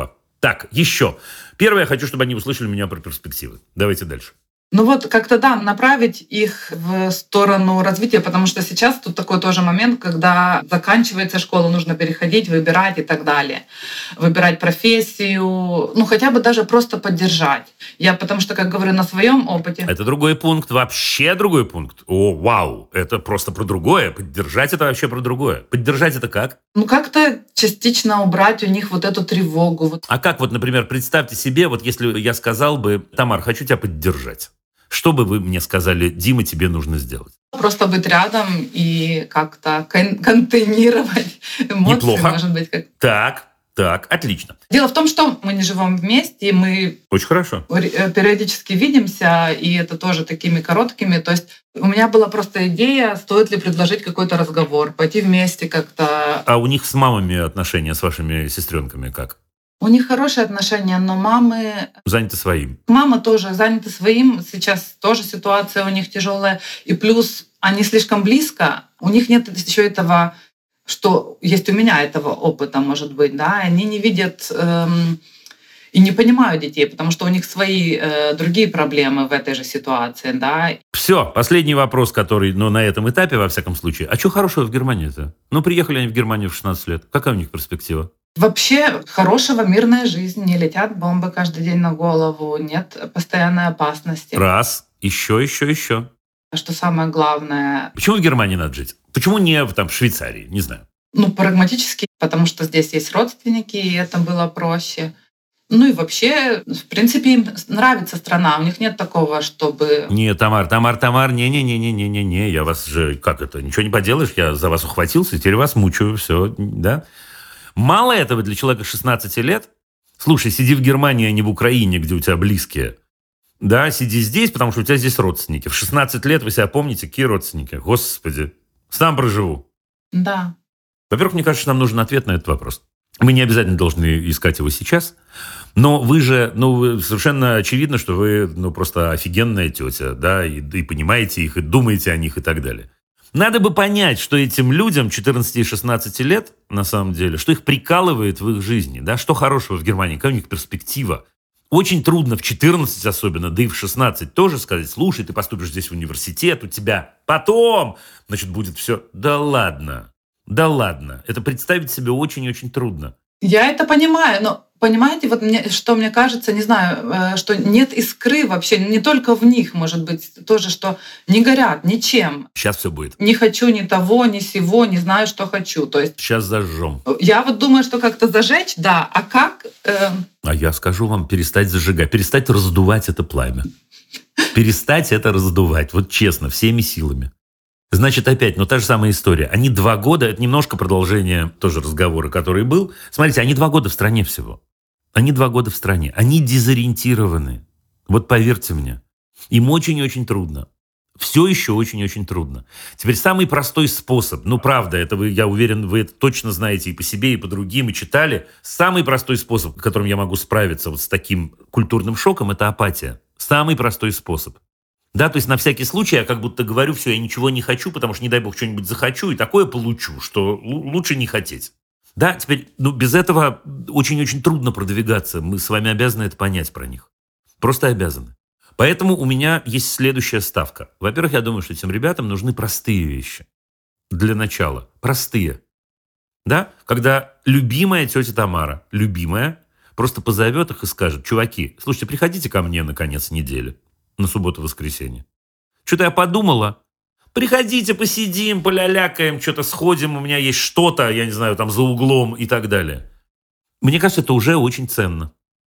[SPEAKER 2] Так, еще. Первое, я хочу, чтобы они услышали меня про перспективы. Давайте дальше.
[SPEAKER 4] Ну вот как-то, да, направить их в сторону развития, потому что сейчас тут такой тоже момент, когда заканчивается школа, нужно переходить, выбирать и так далее. Выбирать профессию, ну хотя бы даже просто поддержать. Я потому что, как говорю, на своем опыте.
[SPEAKER 2] Это другой пункт, вообще другой пункт. О, вау, это просто про другое. Поддержать — это вообще про другое. Поддержать — это как?
[SPEAKER 4] Ну как-то частично убрать у них вот эту тревогу. Вот.
[SPEAKER 2] А как вот, например, представьте себе, вот если я сказал бы: Тамар, хочу тебя поддержать. Что бы вы мне сказали: Дима, тебе нужно сделать?
[SPEAKER 4] Просто быть рядом и как-то кон- контейнировать эмоции,
[SPEAKER 2] Неплохо.
[SPEAKER 4] может быть. Как...
[SPEAKER 2] Так, так, отлично.
[SPEAKER 4] Дело в том, что мы не живем вместе, и мы
[SPEAKER 2] Очень хорошо.
[SPEAKER 4] периодически видимся, и это тоже такими короткими. То есть у меня была просто идея, стоит ли предложить какой-то разговор, пойти вместе как-то.
[SPEAKER 2] А у них с мамами отношения, с вашими сестренками как?
[SPEAKER 4] У них хорошие отношения, но мамы...
[SPEAKER 2] Заняты своим.
[SPEAKER 4] Мама тоже заняты своим. Сейчас тоже ситуация у них тяжелая. И плюс они слишком близко. У них нет еще этого, что есть у меня этого опыта, может быть. Да? Они не видят эм, и не понимают детей, потому что у них свои э, другие проблемы в этой же ситуации. Да?
[SPEAKER 2] Все, последний вопрос, который, ну, на этом этапе, во всяком случае. А что хорошего в Германии-то? Ну, приехали они в Германию в шестнадцать лет. Какая у них перспектива?
[SPEAKER 4] Вообще хорошего, мирная жизнь, не летят бомбы каждый день на голову, нет постоянной опасности.
[SPEAKER 2] Раз, еще, еще, еще.
[SPEAKER 4] Что самое главное...
[SPEAKER 2] Почему в Германии надо жить? Почему не в, там, в Швейцарии? Не знаю.
[SPEAKER 4] Ну, прагматически, потому что здесь есть родственники, и это было проще. Ну и вообще, в принципе, им нравится страна, у них нет такого, чтобы...
[SPEAKER 2] Не, Тамар, Тамар, Тамар, не-не-не-не-не-не, я вас же, как это, ничего не поделаешь, я за вас ухватился, теперь вас мучаю, все, да? Мало этого для человека шестнадцати лет? Слушай, сиди в Германии, а не в Украине, где у тебя близкие. Да, сиди здесь, потому что у тебя здесь родственники. В шестнадцать лет вы себя помните, какие родственники? Господи, сам проживу.
[SPEAKER 4] Да.
[SPEAKER 2] Во-первых, мне кажется, нам нужен ответ на этот вопрос. Мы не обязательно должны искать его сейчас, но вы же, ну, вы, совершенно очевидно, что вы, ну, просто офигенная тетя, да, и, и понимаете их, и думаете о них, и так далее. Надо бы понять, что этим людям четырнадцати и шестнадцати лет, на самом деле, что их прикалывает в их жизни, да, что хорошего в Германии, какая у них перспектива. Очень трудно в четырнадцать особенно, да и в шестнадцать тоже сказать: слушай, ты поступишь здесь в университет, у тебя потом, значит, будет все. Да ладно, да ладно. Это представить себе очень-очень трудно.
[SPEAKER 4] Я это понимаю, но понимаете, вот мне, что мне кажется, не знаю, что нет искры вообще, не только в них, может быть, тоже, что не горят ничем.
[SPEAKER 2] Сейчас все будет.
[SPEAKER 4] Не хочу ни того, ни сего, не знаю, что хочу. То есть
[SPEAKER 2] сейчас зажжем.
[SPEAKER 4] Я вот думаю, что как-то зажечь, да, а как... Э...
[SPEAKER 2] А я скажу вам: перестать зажигать, перестать раздувать это пламя. Перестать это раздувать, вот честно, всеми силами. Значит, опять, ну та же самая история. Они два года, это немножко продолжение тоже разговора, который был. Смотрите, они два года в стране всего. Они два года в стране. Они дезориентированы. Вот поверьте мне. Им очень-очень трудно. Все еще очень-очень трудно. Теперь самый простой способ, ну правда, это вы, я уверен, вы это точно знаете и по себе, и по другим, и читали. Самый простой способ, которым я могу справиться вот с таким культурным шоком, это апатия. Самый простой способ. Да, то есть на всякий случай я как будто говорю: все, я ничего не хочу, потому что, не дай бог, что-нибудь захочу, и такое получу, что лучше не хотеть. Да, теперь, ну, без этого очень-очень трудно продвигаться. Мы с вами обязаны это понять про них. Просто обязаны. Поэтому у меня есть следующая ставка. Во-первых, я думаю, что этим ребятам нужны простые вещи. Для начала. Простые. Да? Когда любимая тетя Тамара, любимая, просто позовет их и скажет: чуваки, слушайте, приходите ко мне на конец недели. На субботу-воскресенье. Что-то я подумала. Приходите, посидим, полялякаем, что-то сходим, у меня есть что-то, я не знаю, там за углом и так далее. Мне кажется, это уже очень ценно.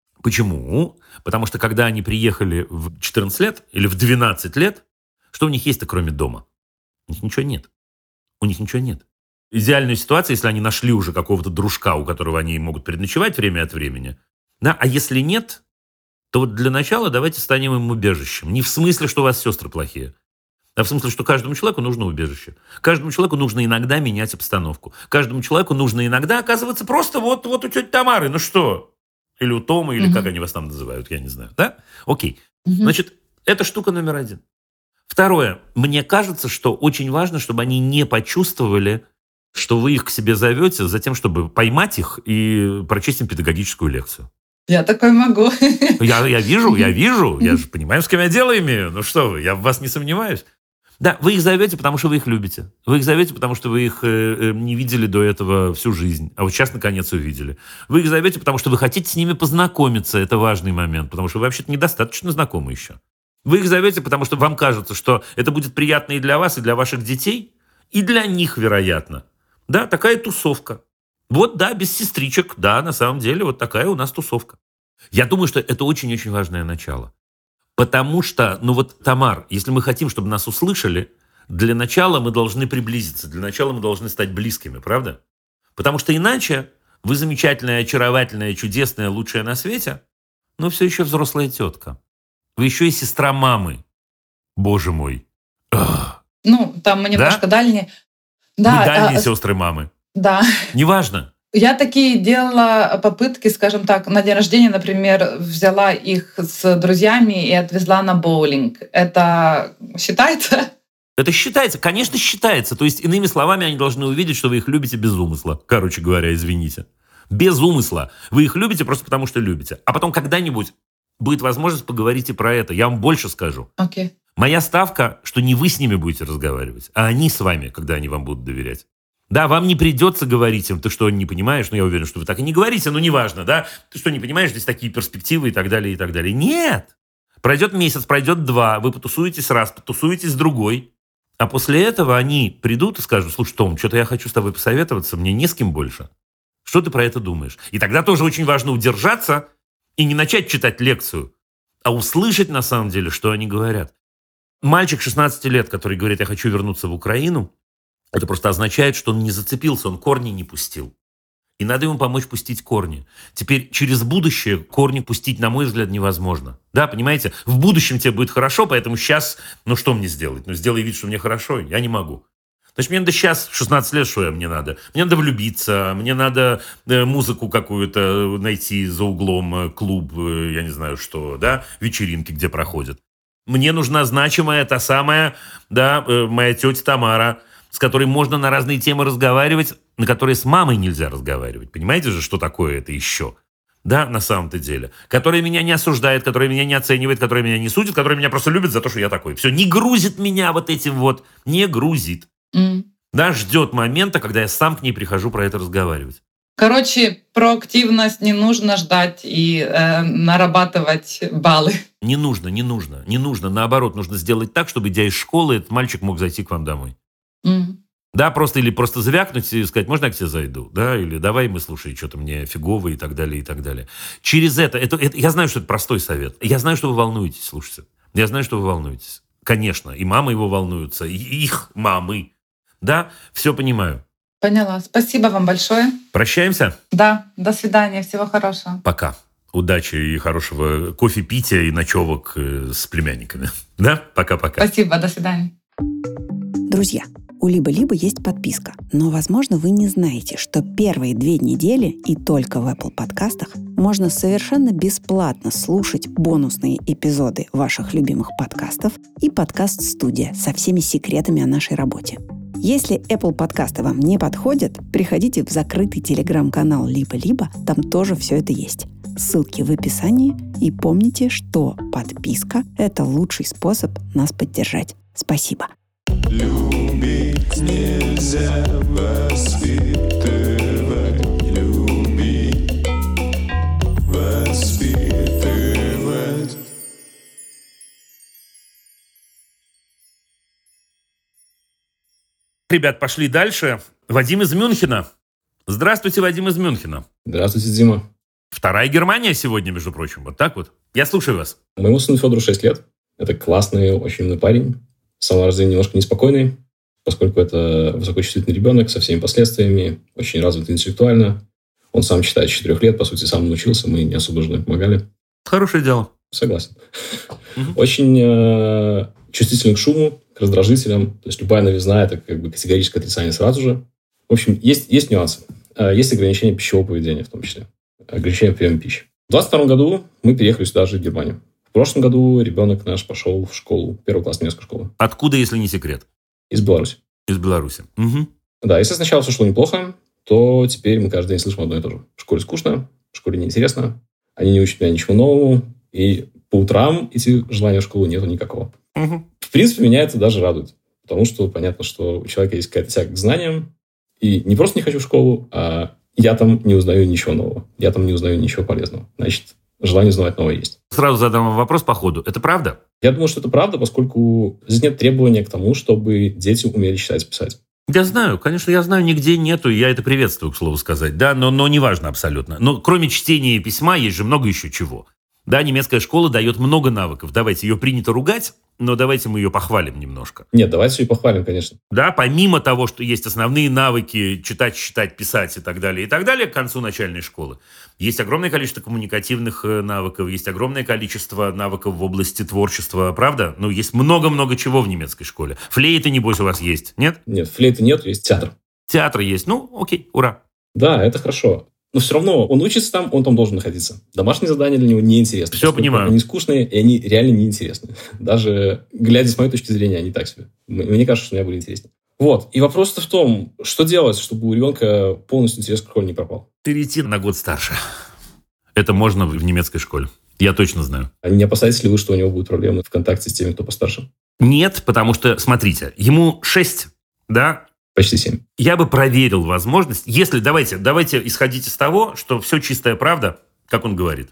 [SPEAKER 2] Почему? Потому что когда они приехали в четырнадцать лет или в двенадцать лет, что у них есть-то кроме дома? У них ничего нет. У них ничего нет. Идеальная ситуация, если они нашли уже какого-то дружка, у которого они могут переночевать время от времени. Да? А если нет, то вот для начала давайте станем им убежищем. Не в смысле, что у вас сестры плохие, а в смысле, что каждому человеку нужно убежище. Каждому человеку нужно иногда менять обстановку. Каждому человеку нужно иногда оказываться просто вот, вот у тети Тамары. Ну что? Или у Тома, или угу. как они вас там называют, я не знаю. Да? Окей. Угу. Значит, это штука номер один. Второе. Мне кажется, что очень важно, чтобы они не почувствовали, что вы их к себе зовете за тем, чтобы поймать их и прочесть им педагогическую лекцию.
[SPEAKER 4] Я такой могу.
[SPEAKER 2] Я, я вижу, я вижу. Я же понимаю, с кем я дело имею. Ну что вы, я в вас не сомневаюсь. Да, вы их зовете, потому что вы их любите. Вы их зовете, потому что вы их э, не видели до этого всю жизнь, а вот сейчас, наконец, увидели. Вы их зовете, потому что вы хотите с ними познакомиться. Это важный момент, потому что вы вообще-то недостаточно знакомы еще. Вы их зовете, потому что вам кажется, что это будет приятно и для вас, и для ваших детей, и для них, вероятно. Да, такая тусовка. Вот, да, без сестричек, да, на самом деле, вот такая у нас тусовка. Я думаю, что это очень-очень важное начало. Потому что, ну вот, Тамар, если мы хотим, чтобы нас услышали, для начала мы должны приблизиться, для начала мы должны стать близкими, правда? Потому что иначе вы замечательная, очаровательная, чудесная, лучшая на свете, но все еще взрослая тетка. Вы еще и сестра мамы. Боже мой. Ах.
[SPEAKER 4] Ну, там мы немножко да? дальние. Да,
[SPEAKER 2] мы дальние
[SPEAKER 4] а,
[SPEAKER 2] сестры мамы.
[SPEAKER 4] Да.
[SPEAKER 2] Неважно.
[SPEAKER 4] Я такие делала попытки, скажем так, на день рождения, например, взяла их с друзьями и отвезла на боулинг. Это считается?
[SPEAKER 2] Это считается, конечно, считается. То есть, иными словами, они должны увидеть, что вы их любите без умысла. Короче говоря, извините. Без умысла. Вы их любите просто потому, что любите. А потом когда-нибудь будет возможность поговорить и про это. Я вам больше скажу.
[SPEAKER 4] Okay.
[SPEAKER 2] Моя ставка, что не вы с ними будете разговаривать, а они с вами, когда они вам будут доверять. Да, вам не придется говорить им, ты что, не понимаешь? Ну, я уверен, что вы так и не говорите, но неважно, да? Ты что, не понимаешь, здесь такие перспективы и так далее, и так далее. Нет! Пройдет месяц, пройдет два, вы потусуетесь раз, потусуетесь другой, а после этого они придут и скажут: слушай, Том, что-то я хочу с тобой посоветоваться, мне не с кем больше. Что ты про это думаешь? И тогда тоже очень важно удержаться и не начать читать лекцию, а услышать на самом деле, что они говорят. Мальчик шестнадцати лет, который говорит: я хочу вернуться в Украину, это просто означает, что он не зацепился, он корни не пустил. И надо ему помочь пустить корни. Теперь через будущее корни пустить, на мой взгляд, невозможно. Да, понимаете? В будущем тебе будет хорошо, поэтому сейчас, ну что мне сделать? Ну сделай вид, что мне хорошо, я не могу. Значит, мне надо сейчас, шестнадцать лет, что мне надо? Мне надо влюбиться, мне надо э, музыку какую-то найти за углом, э, клуб, э, я не знаю что, да, вечеринки, где проходят. Мне нужна значимая, та самая, да, э, моя тетя Тамара, с которой можно на разные темы разговаривать, на которые с мамой нельзя разговаривать. Понимаете же, что такое это еще? Да, на самом-то деле. Которая меня не осуждает, которая меня не оценивает, которая меня не судит, которая меня просто любит за то, что я такой. Все, не грузит меня вот этим вот, не грузит. Mm. Да, ждет момента, когда я сам к ней прихожу про это разговаривать.
[SPEAKER 4] Короче, проактивность не нужно ждать и э, нарабатывать баллы.
[SPEAKER 2] Не нужно, не нужно, не нужно. Наоборот, нужно сделать так, чтобы, идя из школы, этот мальчик мог зайти к вам домой. Mm. Да, просто или просто звякнуть и сказать: можно я к тебе зайду? Да, или давай мы, слушай, что-то мне фигово и так далее, и так далее. Через это, это, это, я знаю, что это простой совет. Я знаю, что вы волнуетесь, слушайте. Я знаю, что вы волнуетесь. Конечно, и мамы его волнуются, и их мамы. Да, все понимаю.
[SPEAKER 4] Поняла. Спасибо вам большое.
[SPEAKER 2] Прощаемся?
[SPEAKER 4] Да, до свидания, всего хорошего.
[SPEAKER 2] Пока. Удачи и хорошего кофе-пития и ночевок с племянниками. Да, пока-пока.
[SPEAKER 4] Спасибо, до свидания.
[SPEAKER 5] Друзья, у Либо-Либо есть подписка, но, возможно, вы не знаете, что первые две недели и только в Apple подкастах можно совершенно бесплатно слушать бонусные эпизоды ваших любимых подкастов и подкаст-студия со всеми секретами о нашей работе. Если Apple подкасты вам не подходят, приходите в закрытый телеграм-канал Либо-Либо, там тоже все это есть. Ссылки в описании, и помните, что подписка – это лучший способ нас поддержать. Спасибо.
[SPEAKER 3] Любить нельзя воспитывать, любить, воспитывать.
[SPEAKER 2] Ребят, пошли дальше. Вадим из Мюнхена. Здравствуйте, Вадим из Мюнхена.
[SPEAKER 6] Здравствуйте, Дима.
[SPEAKER 2] Вторая Германия сегодня, между прочим. Вот так вот. Я слушаю вас.
[SPEAKER 6] Моему сыну Федору шесть лет. Это классный, очень умный парень. С самого рождения немножко неспокойный, поскольку это высокочувствительный ребенок со всеми последствиями, очень развит интеллектуально. Он сам читает с четырех лет, по сути, сам научился, мы не особо же помогали.
[SPEAKER 2] Хорошее дело.
[SPEAKER 6] Согласен. Угу. Очень э, чувствителен к шуму, к раздражителям. То есть любая новизна – это как бы категорическое отрицание сразу же. В общем, есть, есть нюансы. Есть ограничения пищевого поведения в том числе. Ограничения приема пищи. В двадцать втором году мы переехали сюда жить, в Германию. В прошлом году ребенок наш пошел в школу, первый класс немецкой школы.
[SPEAKER 2] Откуда, если не секрет?
[SPEAKER 6] Из Беларуси.
[SPEAKER 2] Из Беларуси. Угу.
[SPEAKER 6] Да, если сначала все шло неплохо, то теперь мы каждый день слышим одно и то же. В школе скучно, в школе неинтересно, они не учат меня ничего нового, и по утрам идти желания в школу нету никакого.
[SPEAKER 2] Угу.
[SPEAKER 6] В принципе, меня это даже радует, потому что понятно, что у человека есть какая-то тяга к знаниям, и не просто не хочу в школу, а я там не узнаю ничего нового, я там не узнаю ничего полезного. Значит, желание узнавать новое есть.
[SPEAKER 2] Сразу задам вам вопрос по ходу. Это правда?
[SPEAKER 6] Я думаю, что это правда, поскольку здесь нет требования к тому, чтобы дети умели читать и писать.
[SPEAKER 2] Я знаю, конечно, я знаю, нигде нету, и я это приветствую, к слову сказать, да, но, но неважно абсолютно. Но кроме чтения и письма есть же много еще чего. Да, немецкая школа дает много навыков. Давайте, ее принято ругать, но давайте мы ее похвалим немножко.
[SPEAKER 6] Нет, давайте ее похвалим, конечно.
[SPEAKER 2] Да, помимо того, что есть основные навыки читать, читать, писать и так далее, и так далее, к концу начальной школы, есть огромное количество коммуникативных навыков, есть огромное количество навыков в области творчества, правда? Ну, есть много-много чего в немецкой школе. Флейты, небось, у вас есть, нет?
[SPEAKER 6] Нет, флейты нет, есть театр.
[SPEAKER 2] Театр есть, ну, окей, ура.
[SPEAKER 6] Да, это хорошо. Но все равно он учится там, он там должен находиться. Домашние задания для него неинтересны.
[SPEAKER 2] Все понимаю.
[SPEAKER 6] Они скучные, и они реально неинтересны. Даже глядя с моей точки зрения, они так себе. Мне кажется, что у меня были интереснее. Вот. И вопрос-то в том, что делать, чтобы у ребенка полностью интерес к школе не пропал.
[SPEAKER 2] Перейти на год старше. Это можно в немецкой школе. Я точно знаю.
[SPEAKER 6] А не опасаетесь ли вы, что у него будут проблемы в контакте с теми, кто постарше?
[SPEAKER 2] Нет, потому что, смотрите, ему шесть, да?
[SPEAKER 6] Почти семь.
[SPEAKER 2] Я бы проверил возможность, если, давайте, давайте исходить из того, что все чистая правда, как он говорит.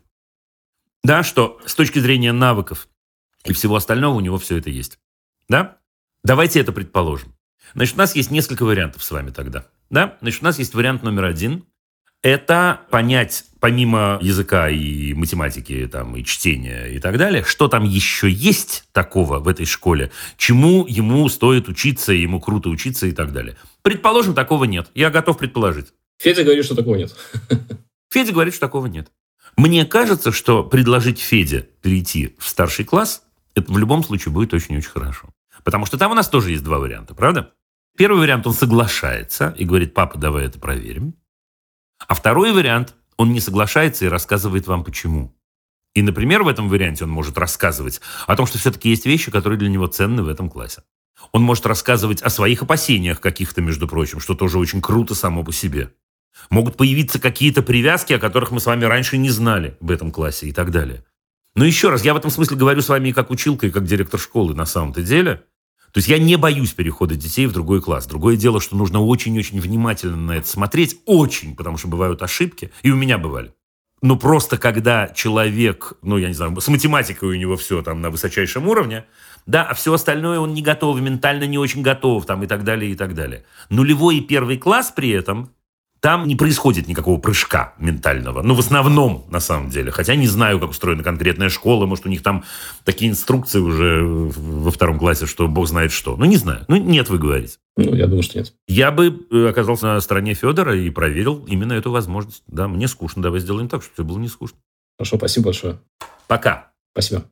[SPEAKER 2] Да, что с точки зрения навыков и всего остального у него все это есть. Да? Давайте это предположим. Значит, у нас есть несколько вариантов с вами тогда. Да? Значит, у нас есть вариант номер один. Это понять, помимо языка и математики, там, и чтения и так далее, что там еще есть такого в этой школе, чему ему стоит учиться, ему круто учиться и так далее. Предположим, такого нет. Я готов предположить.
[SPEAKER 6] Федя говорит, что такого нет.
[SPEAKER 2] Федя говорит, что такого нет. Мне кажется, что предложить Феде перейти в старший класс, это в любом случае будет очень-очень хорошо. Потому что там у нас тоже есть два варианта, правда? Первый вариант, он соглашается и говорит: папа, давай это проверим. А второй вариант, он не соглашается и рассказывает вам почему. И, например, в этом варианте он может рассказывать о том, что все-таки есть вещи, которые для него ценны в этом классе. Он может рассказывать о своих опасениях каких-то, между прочим, что тоже очень круто само по себе. Могут появиться какие-то привязки, о которых мы с вами раньше не знали в этом классе и так далее. Но еще раз, я в этом смысле говорю с вами и как училка, и как директор школы на самом-то деле. То есть я не боюсь перехода детей в другой класс. Другое дело, что нужно очень-очень внимательно на это смотреть. Очень, потому что бывают ошибки. И у меня бывали. Но просто когда человек, ну, я не знаю, с математикой у него все там на высочайшем уровне, да, а все остальное он не готов, ментально не очень готов, там, и так далее, и так далее. Нулевой и первый класс при этом, там не происходит никакого прыжка ментального. Ну, в основном, на самом деле. Хотя не знаю, как устроена конкретная школа. Может, у них там такие инструкции уже во втором классе, что бог знает что. Ну, не знаю. Ну, нет, вы говорите.
[SPEAKER 6] Ну, я думаю, что нет.
[SPEAKER 2] Я бы оказался на стороне Федора и проверил именно эту возможность. Да, мне скучно. Давай сделаем так, чтобы тебе было не скучно.
[SPEAKER 6] Хорошо, спасибо большое.
[SPEAKER 2] Пока.
[SPEAKER 6] Спасибо.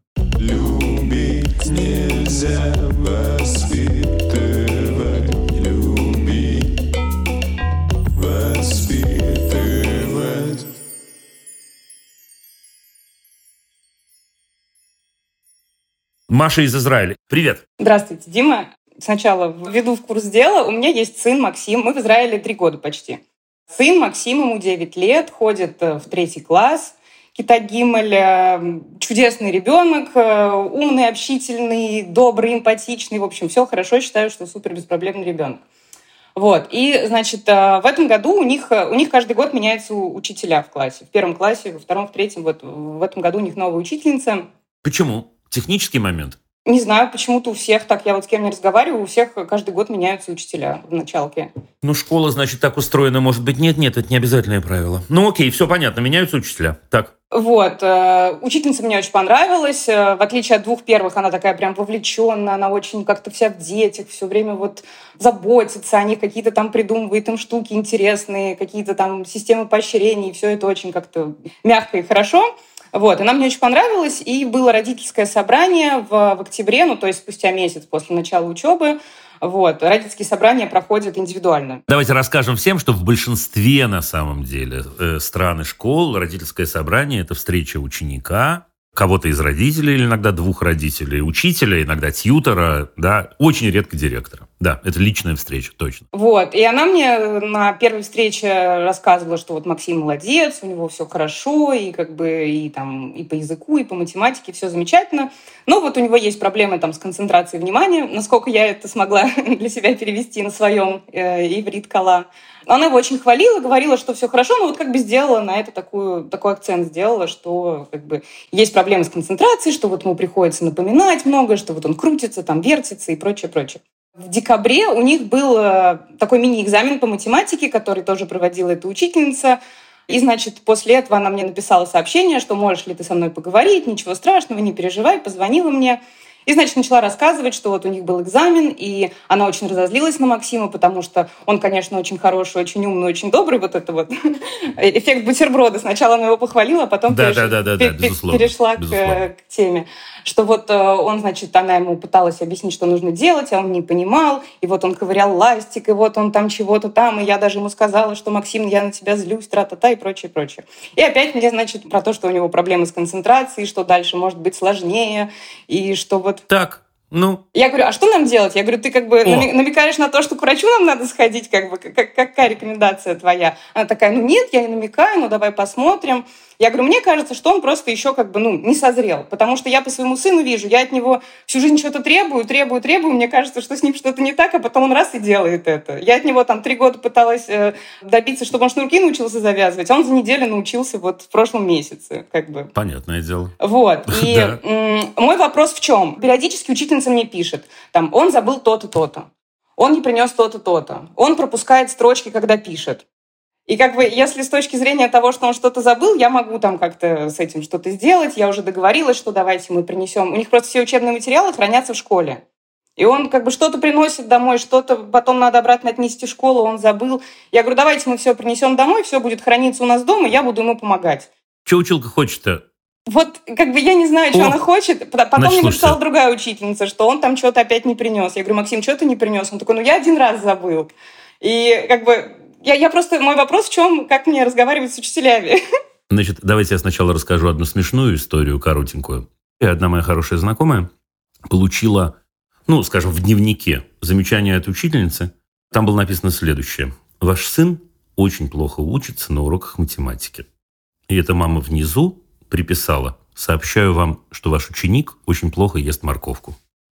[SPEAKER 3] Любить нельзя воспитывать, любить, воспитывать.
[SPEAKER 2] Маша из Израиля. Привет.
[SPEAKER 7] Здравствуйте, Дима. Сначала введу в курс дела. У меня есть сын Максим. Мы в Израиле три года почти. Сын Максим, ему девять лет, ходит в третий класс. Кита Гимель. Чудесный ребенок, умный, общительный, добрый, эмпатичный. В общем, все хорошо. Считаю, что супер беспроблемный ребенок. Вот. И, значит, в этом году у них, у них каждый год меняются учителя в классе. В первом классе, во втором, в третьем. Вот в этом году у них новая учительница.
[SPEAKER 2] Почему? Технический момент?
[SPEAKER 7] Не знаю, почему-то у всех так. Я вот с кем не разговариваю, у всех каждый год меняются учителя в началке.
[SPEAKER 2] Ну, школа, значит, так устроена. Может быть, нет, нет, это не обязательное правило. Ну, окей, все понятно, меняются учителя. Так.
[SPEAKER 7] Вот. Учительница мне очень понравилась. В отличие от двух первых, она такая прям вовлеченная, она очень как-то вся в детях, все время вот заботится о них, какие-то там придумывает им штуки интересные, какие-то там системы поощрений. Все это очень как-то мягко и хорошо. Вот, она мне очень понравилась, и было родительское собрание в, в октябре, ну, то есть спустя месяц после начала учебы. Вот, родительские собрания проходят индивидуально.
[SPEAKER 2] Давайте расскажем всем, что в большинстве, на самом деле, э, стран и школ родительское собрание – это встреча ученика, кого-то из родителей, или иногда двух родителей, учителя, иногда тьютера, да, очень редко директора. Да, это личная встреча, точно.
[SPEAKER 7] Вот. И она мне на первой встрече рассказывала, что вот Максим молодец, у него все хорошо, и как бы и, там, и по языку, и по математике все замечательно. Но вот у него есть проблемы там, с концентрацией внимания, насколько я это смогла для себя перевести на своем э, иврит-кала. Она его очень хвалила, говорила, что все хорошо, но вот как бы сделала на это такую, такой акцент, сделала, что как бы есть проблемы с концентрацией, что вот ему приходится напоминать много, что вот он крутится, там вертится и прочее, прочее. В декабре у них был такой мини-экзамен по математике, который тоже проводила эта учительница. И, значит, после этого она мне написала сообщение, что можешь ли ты со мной поговорить, ничего страшного, не переживай, позвонила мне. И, значит, начала рассказывать, что вот у них был экзамен, и она очень разозлилась на Максима, потому что он, конечно, очень хороший, очень умный, очень добрый, вот это вот эффект бутерброда. Сначала она его похвалила, а потом
[SPEAKER 2] да,
[SPEAKER 7] переш...
[SPEAKER 2] да, да, да, да, безусловно,
[SPEAKER 7] перешла
[SPEAKER 2] безусловно.
[SPEAKER 7] К, к теме. Что вот он, значит, она ему пыталась объяснить, что нужно делать, а он не понимал, и вот он ковырял ластик, и вот он там чего-то там, и я даже ему сказала, что, Максим, я на тебя злюсь, тра-та-та и прочее, прочее. И опять мне, значит, про то, что у него проблемы с концентрацией, что дальше может быть сложнее, и что вот...
[SPEAKER 2] Так, ну...
[SPEAKER 7] Я говорю, а что нам делать? Я говорю, ты как бы О. намекаешь на то, что к врачу нам надо сходить, как бы, как, какая рекомендация твоя? Она такая, ну нет, я не намекаю, ну давай посмотрим. Я говорю, мне кажется, что он просто еще как бы, ну, не созрел, потому что я по своему сыну вижу, я от него всю жизнь что-то требую, требую, требую, мне кажется, что с ним что-то не так, а потом он раз и делает это. Я от него там три года пыталась э, добиться, чтобы он шнурки научился завязывать, а он за неделю научился вот в прошлом месяце, как бы.
[SPEAKER 2] Понятное дело.
[SPEAKER 7] Вот, и м- мой вопрос в чем? Периодически учительница мне пишет, там, он забыл то-то, то-то, он не принес то-то, то-то, он пропускает строчки, когда пишет. И как бы, если с точки зрения того, что он что-то забыл, я могу там как-то с этим что-то сделать. Я уже договорилась, что давайте мы принесем. У них просто все учебные материалы хранятся в школе. И он как бы что-то приносит домой, что-то потом надо обратно отнести в школу, он забыл. Я говорю, давайте мы все принесем домой, все будет храниться у нас дома, я буду ему помогать.
[SPEAKER 2] Что училка хочет-то?
[SPEAKER 7] Вот как бы я не знаю, что О, она хочет. Потом
[SPEAKER 2] значит,
[SPEAKER 7] мне написала
[SPEAKER 2] слушайте.
[SPEAKER 7] другая учительница, что он там что-то опять не принес. Я говорю, Максим, что ты не принес? Он такой, ну я один раз забыл. И как бы... Я, я просто... Мой вопрос в чем, как мне разговаривать с учителями?
[SPEAKER 2] Значит, давайте я сначала расскажу одну смешную историю, коротенькую. И одна моя хорошая знакомая получила, ну, скажем, в дневнике замечание от учительницы. Там было написано следующее. Ваш сын очень плохо учится на уроках математики. И эта мама внизу приписала. Сообщаю вам, что ваш ученик очень плохо ест морковку.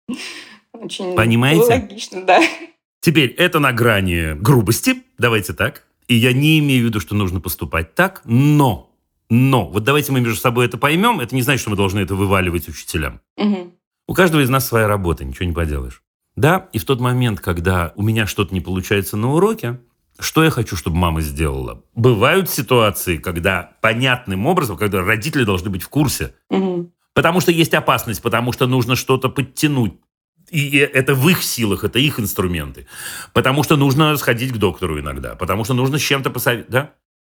[SPEAKER 7] Очень
[SPEAKER 2] Понимаете?
[SPEAKER 7] логично, да.
[SPEAKER 2] Теперь это на грани грубости, давайте так. И я не имею в виду, что нужно поступать так, но, но, вот давайте мы между собой это поймем, это не значит, что мы должны это вываливать учителям.
[SPEAKER 7] Угу.
[SPEAKER 2] У каждого из нас своя работа, ничего не поделаешь. Да, и в тот момент, когда у меня что-то не получается на уроке, что я хочу, чтобы мама сделала? Бывают ситуации, когда понятным образом, когда родители должны быть в курсе.
[SPEAKER 7] Угу.
[SPEAKER 2] Потому что есть опасность, потому что нужно что-то подтянуть. И это в их силах, это их инструменты. Потому что нужно сходить к доктору иногда. Потому что нужно с чем-то посоветовать. Да?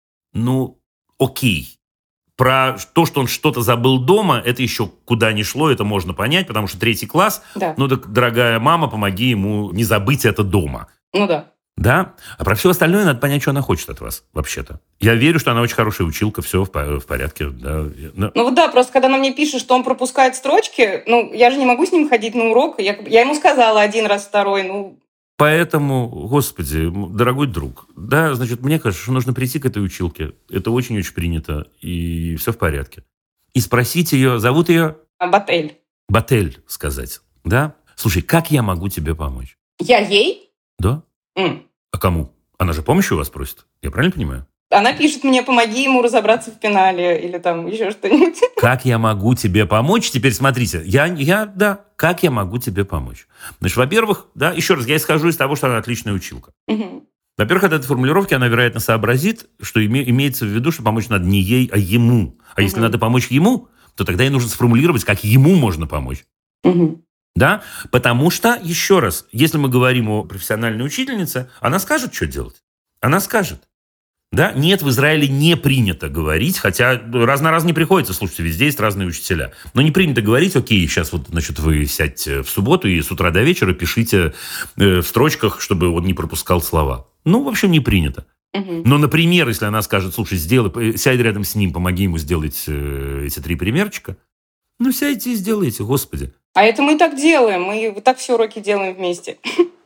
[SPEAKER 2] Ну, окей. Про то, что он что-то забыл дома, это еще куда ни шло, это можно понять, потому что третий класс.
[SPEAKER 7] Да.
[SPEAKER 2] Ну, так, дорогая мама, помоги ему не забыть это дома.
[SPEAKER 7] Ну да.
[SPEAKER 2] Да? А про все остальное надо понять, что она хочет от вас, вообще-то. Я верю, что она очень хорошая училка, все в порядке. Да.
[SPEAKER 7] Ну вот да, просто когда она мне пишет, что он пропускает строчки, ну, я же не могу с ним ходить на урок. Я, я ему сказала один раз, второй, ну...
[SPEAKER 2] Поэтому, господи, дорогой друг, да, значит, мне кажется, что нужно прийти к этой училке. Это очень-очень принято, и все в порядке. И спросить ее, зовут ее?
[SPEAKER 7] Батель.
[SPEAKER 2] Батель сказать, да? Слушай, как я могу тебе помочь?
[SPEAKER 7] Я ей?
[SPEAKER 2] Да.
[SPEAKER 7] Mm.
[SPEAKER 2] А кому? Она же помощи у вас просит. Я правильно понимаю?
[SPEAKER 7] Она пишет мне, помоги ему разобраться в пенале или там еще что-нибудь.
[SPEAKER 2] Как я могу тебе помочь? Теперь смотрите, я, я, да, как я могу тебе помочь? Значит, во-первых, да, еще раз, я исхожу из того, что она отличная училка.
[SPEAKER 7] Угу.
[SPEAKER 2] Во-первых, от этой формулировки она, вероятно, сообразит, что име, имеется в виду, что помочь надо не ей, а ему. А угу. если надо помочь ему, то тогда ей нужно сформулировать, как ему можно помочь.
[SPEAKER 7] Угу.
[SPEAKER 2] Да? Потому что, еще раз, если мы говорим о профессиональной учительнице, она скажет, что делать. Она скажет. Да? Нет, в Израиле не принято говорить, хотя раз на раз не приходится, слушайте, везде есть разные учителя. Но не принято говорить, окей, сейчас вот, значит, вы сядьте в субботу и с утра до вечера пишите э, в строчках, чтобы он не пропускал слова. Ну, в общем, не принято.
[SPEAKER 7] Угу.
[SPEAKER 2] Но, например, если она скажет, слушай, сделай, сядь рядом с ним, помоги ему сделать э, эти три примерчика, ну, сядьте и сделайте, господи.
[SPEAKER 7] А это мы так делаем, мы вот так все уроки делаем вместе.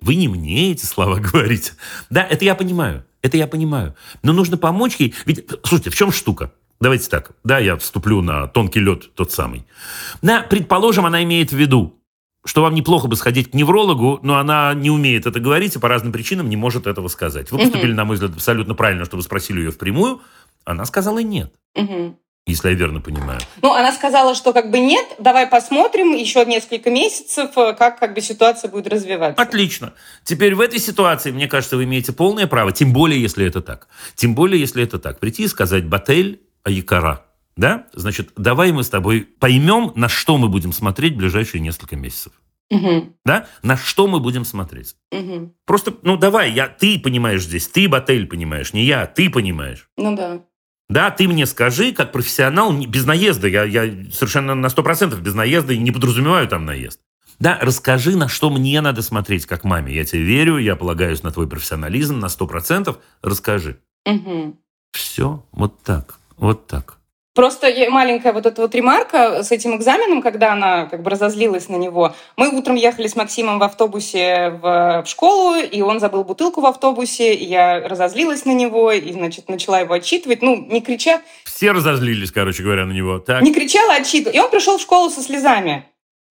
[SPEAKER 2] Вы не мне эти слова говорите. Да, это я понимаю. Это я понимаю. Но нужно помочь ей. Ведь, слушайте, в чем штука? Давайте так. Да, я вступлю на тонкий лед тот самый. Да, предположим, она имеет в виду, что вам неплохо бы сходить к неврологу, но она не умеет это говорить и по разным причинам не может этого сказать. Вы поступили, на мой взгляд, абсолютно правильно, чтобы спросили ее впрямую. Она сказала нет.
[SPEAKER 7] Угу.
[SPEAKER 2] Если я верно понимаю.
[SPEAKER 7] Ну, она сказала, что как бы нет, давай посмотрим еще несколько месяцев, как как бы ситуация будет развиваться.
[SPEAKER 2] Отлично. Теперь в этой ситуации, мне кажется, вы имеете полное право, тем более, если это так. Тем более, если это так. Прийти и сказать «Батель Аякара». Да? Значит, давай мы с тобой поймем, на что мы будем смотреть в ближайшие несколько месяцев.
[SPEAKER 7] Угу.
[SPEAKER 2] Да? На что мы будем смотреть.
[SPEAKER 7] Угу.
[SPEAKER 2] Просто, ну давай, я, ты понимаешь здесь, ты, Батель, понимаешь, не я, ты понимаешь.
[SPEAKER 7] Ну да.
[SPEAKER 2] Да, ты мне скажи, как профессионал, без наезда, я, я совершенно на сто процентов без наезда и не подразумеваю там наезд. Да, расскажи, на что мне надо смотреть, как маме. Я тебе верю, я полагаюсь на твой профессионализм на сто процентов. Расскажи.
[SPEAKER 7] Угу.
[SPEAKER 2] Все, вот так, вот так.
[SPEAKER 7] Просто маленькая вот эта вот ремарка с этим экзаменом, когда она как бы разозлилась на него. Мы утром ехали с Максимом в автобусе в, в школу, и он забыл бутылку в автобусе, и я разозлилась на него, и, значит, начала его отчитывать, ну, не крича.
[SPEAKER 2] Все разозлились, короче говоря, на него. Так.
[SPEAKER 7] Не кричала, а отчитывала. И он пришел в школу со слезами.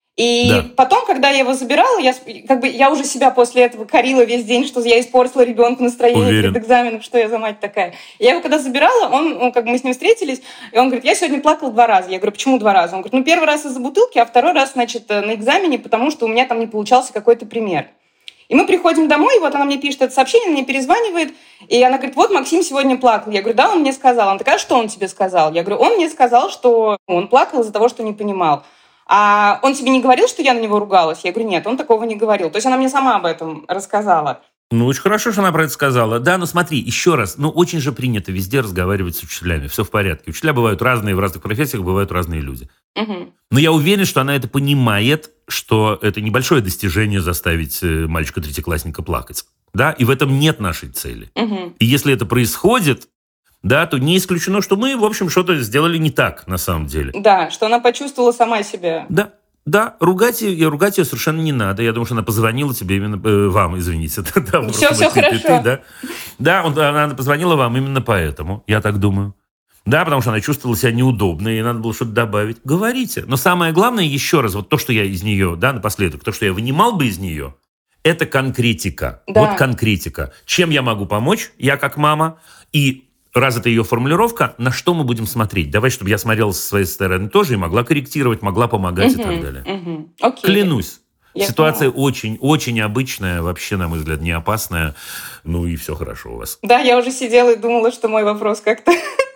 [SPEAKER 7] И
[SPEAKER 2] да.
[SPEAKER 7] потом, когда я его забирала, я, как бы, я уже себя после этого корила весь день, что я испортила ребенку настроение
[SPEAKER 2] Уверен.
[SPEAKER 7] перед экзаменом, что я за мать такая. Я его когда забирала, он, он, как бы мы с ним встретились, и он говорит, я сегодня плакал два раза. Я говорю, почему два раза? Он говорит, ну первый раз из-за бутылки, а второй раз, значит, на экзамене, потому что у меня там не получался какой-то пример. И мы приходим домой, и вот она мне пишет это сообщение, она мне перезванивает, и она говорит, вот Максим сегодня плакал. Я говорю, да, он мне сказал. Она такая, что он тебе сказал? Я говорю, он мне сказал, что он плакал из-за того, что не понимал. А он тебе не говорил, что я на него ругалась? Я говорю, нет, он такого не говорил. То есть она мне сама об этом рассказала.
[SPEAKER 2] Ну, очень хорошо, что она про это сказала. Да, но смотри, еще раз, ну, очень же принято везде разговаривать с учителями. Все в порядке. Учителя бывают разные, в разных профессиях бывают разные люди.
[SPEAKER 7] Угу.
[SPEAKER 2] Но я уверен, что она это понимает, что это небольшое достижение заставить мальчика-третьеклассника плакать. Да, и в этом нет нашей цели.
[SPEAKER 7] Угу.
[SPEAKER 2] И если это происходит, да, то не исключено, что мы, в общем, что-то сделали не так, на самом деле.
[SPEAKER 7] Да, что она почувствовала сама себя.
[SPEAKER 2] Да, да, ругать ее, ругать ее совершенно не надо. Я думаю, что она позвонила тебе именно, э, вам, извините. Да,
[SPEAKER 7] все, все
[SPEAKER 2] ты,
[SPEAKER 7] хорошо.
[SPEAKER 2] Ты, да, да он, она позвонила вам именно поэтому, я так думаю. Да, потому что она чувствовала себя неудобно, и надо было что-то добавить. Говорите. Но самое главное, еще раз, вот то, что я из нее, да, напоследок, то, что я вынимал бы из нее, это конкретика.
[SPEAKER 7] Да.
[SPEAKER 2] Вот конкретика. Чем я могу помочь, я как мама, и раз это ее формулировка, на что мы будем смотреть? Давай, чтобы я смотрела со своей стороны тоже и могла корректировать, могла помогать
[SPEAKER 7] угу,
[SPEAKER 2] и так далее.
[SPEAKER 7] Угу. Окей.
[SPEAKER 2] Клянусь.
[SPEAKER 7] Я
[SPEAKER 2] Ситуация
[SPEAKER 7] поняла.
[SPEAKER 2] очень, очень обычная, вообще, на мой взгляд, не опасная. Ну и все хорошо у вас.
[SPEAKER 7] Да, я уже сидела и думала, что мой вопрос как-то...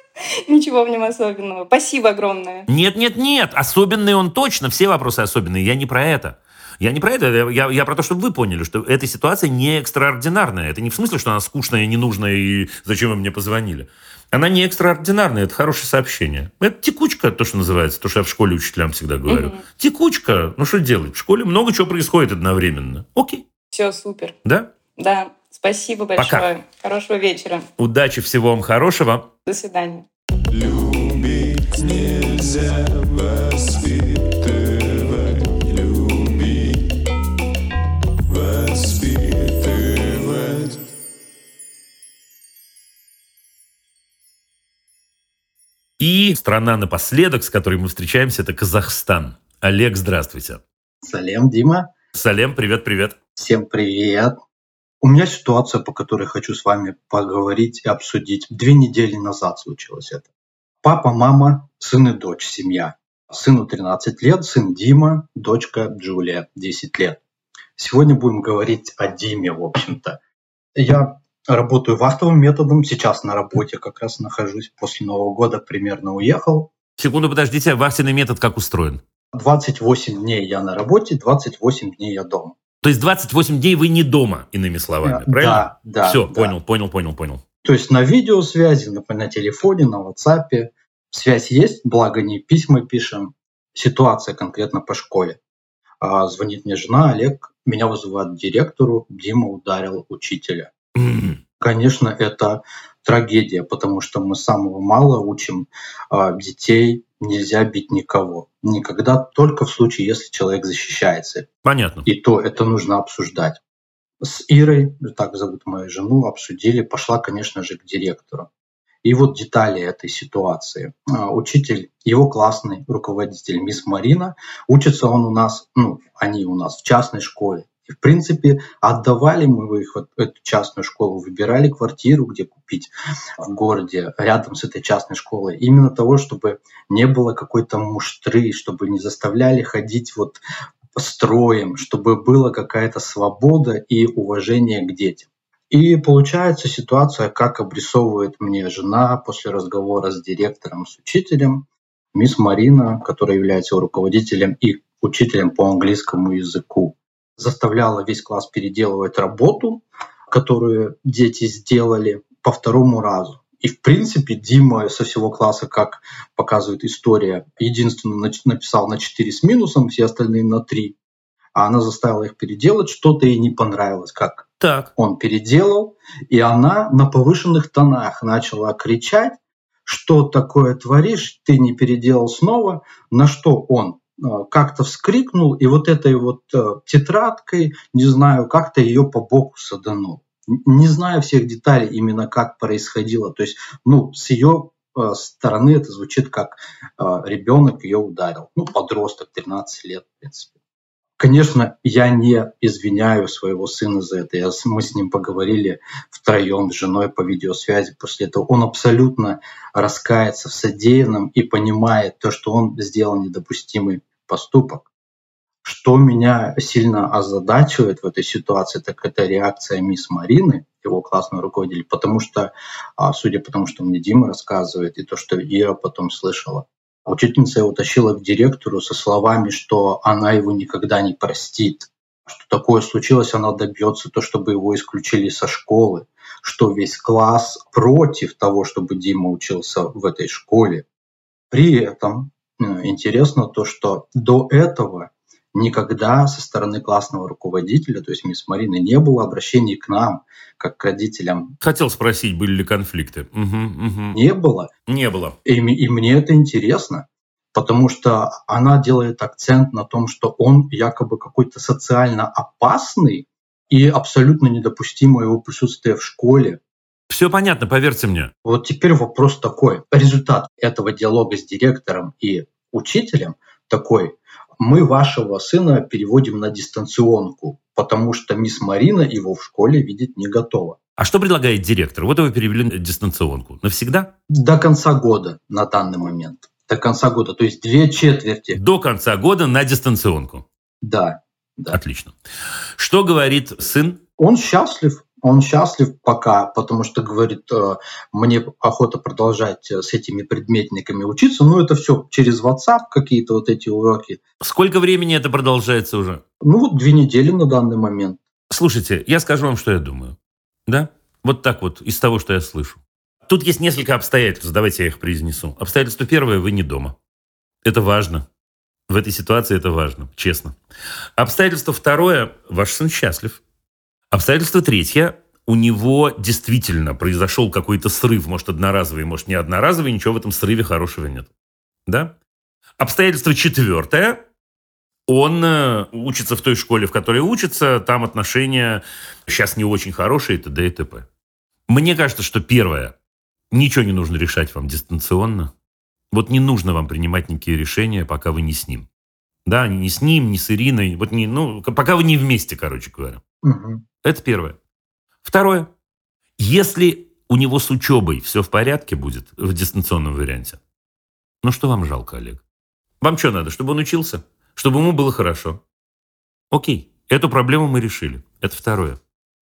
[SPEAKER 7] Ничего в нем особенного. Спасибо огромное.
[SPEAKER 2] Нет, нет, нет. Особенный он точно. Все вопросы особенные. Я не про это. Я не про это, я, я про то, чтобы вы поняли, что эта ситуация не экстраординарная. Это не в смысле, что она скучная, ненужная и зачем вы мне позвонили. Она не экстраординарная, это хорошее сообщение. Это текучка, то, что называется, то, что я в школе учителям всегда говорю. Угу. Текучка, ну что делать? В школе много чего происходит одновременно. Окей.
[SPEAKER 7] Все, супер.
[SPEAKER 2] Да?
[SPEAKER 7] Да, спасибо большое.
[SPEAKER 2] Пока.
[SPEAKER 7] Хорошего вечера.
[SPEAKER 2] Удачи, всего вам хорошего.
[SPEAKER 7] До свидания.
[SPEAKER 3] Любить нельзя воспитывать, любить, воспитывать.
[SPEAKER 2] И страна напоследок, с которой мы встречаемся, это Казахстан. Олег, здравствуйте.
[SPEAKER 8] Салем, Дима.
[SPEAKER 2] Салем, привет-привет.
[SPEAKER 8] Всем привет. У меня ситуация, по которой хочу с вами поговорить и обсудить. Две недели назад случилось это. Папа, мама, сын и дочь, семья. Сыну тринадцать лет, сын Дима, дочка Джулия, десять лет. Сегодня будем говорить о Диме, в общем-то. Я работаю вахтовым методом, сейчас на работе как раз нахожусь, после Нового года примерно уехал.
[SPEAKER 2] Секунду, подождите, вахтенный метод как устроен?
[SPEAKER 8] двадцать восемь дней я на работе, двадцать восемь дней я дома.
[SPEAKER 2] То есть двадцать восемь дней вы не дома, иными словами, правильно?
[SPEAKER 8] Да, да.
[SPEAKER 2] Все,
[SPEAKER 8] да.
[SPEAKER 2] понял, понял, понял, понял.
[SPEAKER 8] То есть на видеосвязи, на, на телефоне, на WhatsApp. Связь есть, благо не письма пишем. Ситуация конкретно по школе. А, звонит мне жена, Олег, меня вызывают к директору, Дима ударил учителя.
[SPEAKER 2] Mm.
[SPEAKER 8] Конечно, это трагедия, потому что мы с самого мала учим а, детей, нельзя бить никого. Никогда, только в случае, если человек защищается.
[SPEAKER 2] Понятно.
[SPEAKER 8] И то это нужно обсуждать. С Ирой, так зовут мою жену, обсудили, пошла, конечно же, к директору. И вот детали этой ситуации. Учитель, его классный руководитель, мисс Марина, учится он у нас, ну, они у нас в частной школе. И, в принципе, отдавали мы их в эту частную школу, выбирали квартиру, где купить в городе, рядом с этой частной школой. Именно того, чтобы не было какой-то муштры, чтобы не заставляли ходить вот строем, чтобы была какая-то свобода и уважение к детям. И получается ситуация, как обрисовывает мне жена после разговора с директором, с учителем, мисс Марина, которая является руководителем и учителем по английскому языку, заставляла весь класс переделывать работу, которую дети сделали, по второму разу. И, в принципе, Дима со всего класса, как показывает история, единственно написал на четыре с минусом, все остальные на три. А она заставила их переделать, что-то ей не понравилось, как
[SPEAKER 2] так
[SPEAKER 8] он переделал. И она на повышенных тонах начала кричать, что такое творишь, ты не переделал снова, на что он как-то вскрикнул и вот этой вот тетрадкой, не знаю, как-то ее по боку саданул. Не знаю всех деталей именно как происходило. То есть, ну, с ее стороны это звучит как ребенок ее ударил. Ну, подросток, тринадцать лет, в принципе. Конечно, я не извиняю своего сына за это. Я, мы с ним поговорили втроем с женой по видеосвязи после этого. Он абсолютно раскается в содеянном и понимает то, что он сделал недопустимый поступок. Что меня сильно озадачивает в этой ситуации, так это реакция мисс Марины, его классного руководителя, потому что, судя по тому, что мне Дима рассказывает, и то, что Ира потом слышала, учительница его тащила к директору со словами, что она его никогда не простит, что такое случилось, она добьется то, чтобы его исключили со школы, что весь класс против того, чтобы Дима учился в этой школе. При этом интересно то, что до этого никогда со стороны классного руководителя, то есть мисс Марины, не было обращений к нам, как к родителям.
[SPEAKER 2] Хотел спросить, были ли конфликты. Угу, угу.
[SPEAKER 8] Не было.
[SPEAKER 2] Не было.
[SPEAKER 8] И, и мне это интересно, потому что она делает акцент на том, что он якобы какой-то социально опасный и абсолютно недопустимо его присутствие в школе.
[SPEAKER 2] Все понятно, поверьте мне.
[SPEAKER 8] Вот теперь вопрос такой. Результат этого диалога с директором и учителем такой. Мы вашего сына переводим на дистанционку, потому что мисс Марина его в школе видеть не готова.
[SPEAKER 2] А что предлагает директор? Вот его перевели на дистанционку. Навсегда?
[SPEAKER 8] До конца года на данный момент. До конца года, то есть две четверти.
[SPEAKER 2] До конца года на дистанционку?
[SPEAKER 8] Да. да.
[SPEAKER 2] Отлично. Что говорит сын?
[SPEAKER 8] Он счастлив. Он счастлив пока, потому что говорит, мне охота продолжать с этими предметниками учиться. Но это все через WhatsApp, какие-то вот эти уроки.
[SPEAKER 2] Сколько времени это продолжается уже?
[SPEAKER 8] Ну вот две недели на данный момент.
[SPEAKER 2] Слушайте, я скажу вам, что я думаю. Да? Вот так вот, из того, что я слышу. Тут есть несколько обстоятельств, давайте я их произнесу. Обстоятельство первое, вы не дома. Это важно. В этой ситуации это важно, честно. Обстоятельство второе, ваш сын счастлив. Обстоятельство третье, у него действительно произошел какой-то срыв, может, одноразовый, может, не одноразовый, ничего в этом срыве хорошего нет. Да? Обстоятельство четвертое, он учится в той школе, в которой учится, там отношения сейчас не очень хорошие, и т.д. и т.п. Мне кажется, что первое, ничего не нужно решать вам дистанционно. Вот не нужно вам принимать никакие решения, пока вы не с ним. Да, не с ним, не с Ириной, вот не, ну, пока вы не вместе, короче говоря.
[SPEAKER 8] Угу.
[SPEAKER 2] Это первое. Второе. Если у него с учебой все в порядке будет в дистанционном варианте, ну что вам жалко, Олег? Вам что надо, чтобы он учился? Чтобы ему было хорошо? Окей, эту проблему мы решили. Это второе.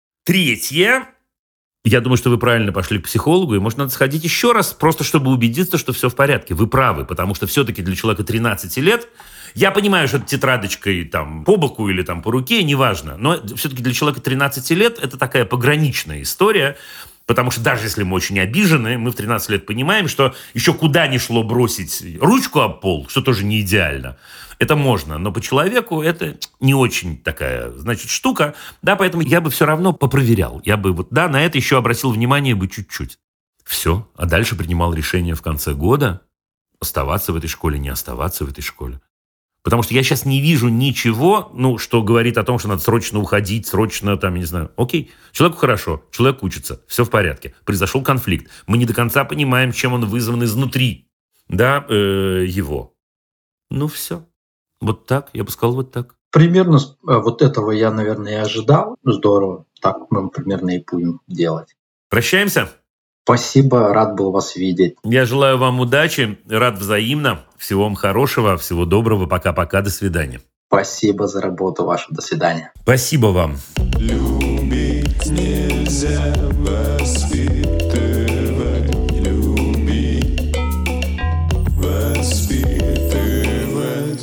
[SPEAKER 2] Третье. Я думаю, что вы правильно пошли к психологу, и, может, надо сходить еще раз, просто чтобы убедиться, что все в порядке. Вы правы, потому что все-таки для человека тринадцати лет, я понимаю, что это тетрадочкой там, по боку или там, по руке, неважно, но все-таки для человека тринадцати лет это такая пограничная история, потому что даже если мы очень обижены, мы в тринадцать лет понимаем, что еще куда ни шло бросить ручку об пол, что тоже не идеально. Это можно, но по человеку это не очень такая, значит, штука, да, поэтому я бы все равно попроверял. Я бы вот, да, на это еще обратил внимание бы чуть-чуть. Все, а дальше принимал решение в конце года оставаться в этой школе, не оставаться в этой школе. Потому что я сейчас не вижу ничего, ну, что говорит о том, что надо срочно уходить, срочно, там, я не знаю. Окей, человеку хорошо, человек учится, все в порядке. Произошел конфликт. Мы не до конца понимаем, чем он вызван изнутри, да, э, его. Ну, все. Вот так, я бы сказал, вот так.
[SPEAKER 8] Примерно вот этого я, наверное, и ожидал. Здорово. Так мы примерно и будем делать.
[SPEAKER 2] Прощаемся?
[SPEAKER 8] Спасибо, рад был вас видеть.
[SPEAKER 2] Я желаю вам удачи, рад взаимно. Всего вам хорошего, всего доброго. Пока-пока, до свидания.
[SPEAKER 8] Спасибо за работу вашу. До свидания.
[SPEAKER 2] Спасибо вам.
[SPEAKER 3] Любить нельзя воспитывать, любить, воспитывать.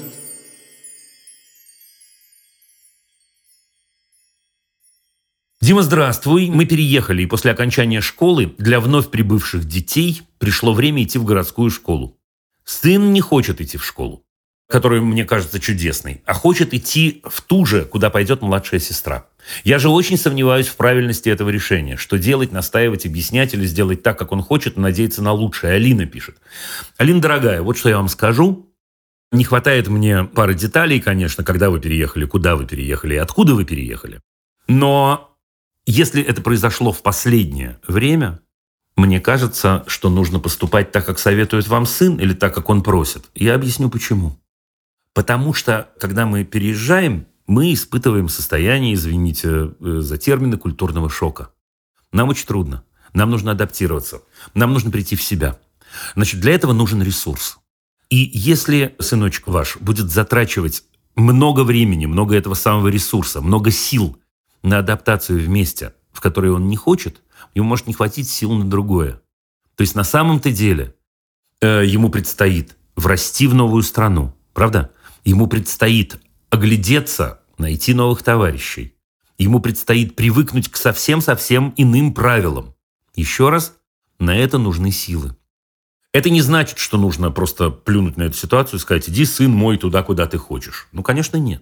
[SPEAKER 2] Дима, здравствуй. Мы переехали, и после окончания школы для вновь прибывших детей пришло время идти в городскую школу. Сын не хочет идти в школу, которая мне кажется чудесной, а хочет идти в ту же, куда пойдет младшая сестра. Я же очень сомневаюсь в правильности этого решения. Что делать, настаивать, объяснять или сделать так, как он хочет, и надеяться на лучшее. Алина пишет. Алина, дорогая, вот что я вам скажу. Не хватает мне пары деталей, конечно, когда вы переехали, куда вы переехали и откуда вы переехали. Но если это произошло в последнее время, мне кажется, что нужно поступать так, как советует вам сын, или так, как он просит. Я объясню, почему. Потому что, когда мы переезжаем, мы испытываем состояние, извините за термины, культурного шока. Нам очень трудно. Нам нужно адаптироваться. Нам нужно прийти в себя. Значит, для этого нужен ресурс. И если сыночек ваш будет затрачивать много времени, много этого самого ресурса, много сил на адаптацию в месте, в которое он не хочет, ему может не хватить сил на другое. То есть на самом-то деле э, ему предстоит врасти в новую страну, правда? Ему предстоит оглядеться, найти новых товарищей. Ему предстоит привыкнуть к совсем-совсем иным правилам. Еще раз, на это нужны силы. Это не значит, что нужно просто плюнуть на эту ситуацию и сказать: иди, сын мой, туда, куда ты хочешь. Ну, конечно, нет.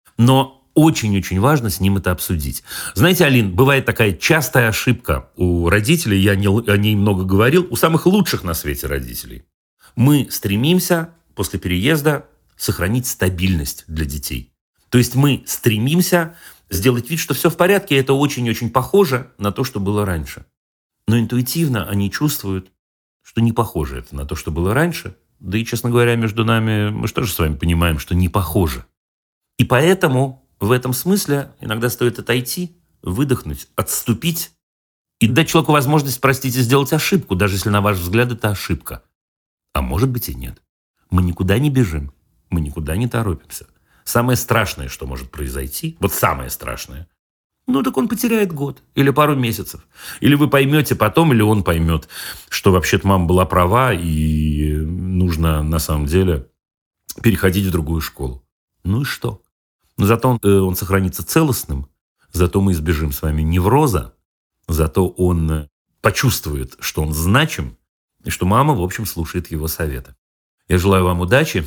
[SPEAKER 2] Но очень-очень важно с ним это обсудить. Знаете, Алин, бывает такая частая ошибка у родителей, я о ней много говорил, у самых лучших на свете родителей. Мы стремимся после переезда сохранить стабильность для детей. То есть мы стремимся сделать вид, что все в порядке, и это очень-очень похоже на то, что было раньше. Но интуитивно они чувствуют, что не похоже это на то, что было раньше. Да и, честно говоря, между нами мы же тоже с вами понимаем, что не похоже. И поэтому в этом смысле иногда стоит отойти, выдохнуть, отступить и дать человеку возможность, простите, сделать ошибку, даже если, на ваш взгляд, это ошибка. А может быть и нет. Мы никуда не бежим, мы никуда не торопимся. Самое страшное, что может произойти, вот самое страшное, ну так он потеряет год или пару месяцев. Или вы поймете потом, или он поймет, что вообще-то мама была права и нужно на самом деле переходить в другую школу. Ну и что? Но зато он, э, он сохранится целостным, зато мы избежим с вами невроза, зато он почувствует, что он значим, и что мама, в общем, слушает его советы. Я желаю вам удачи.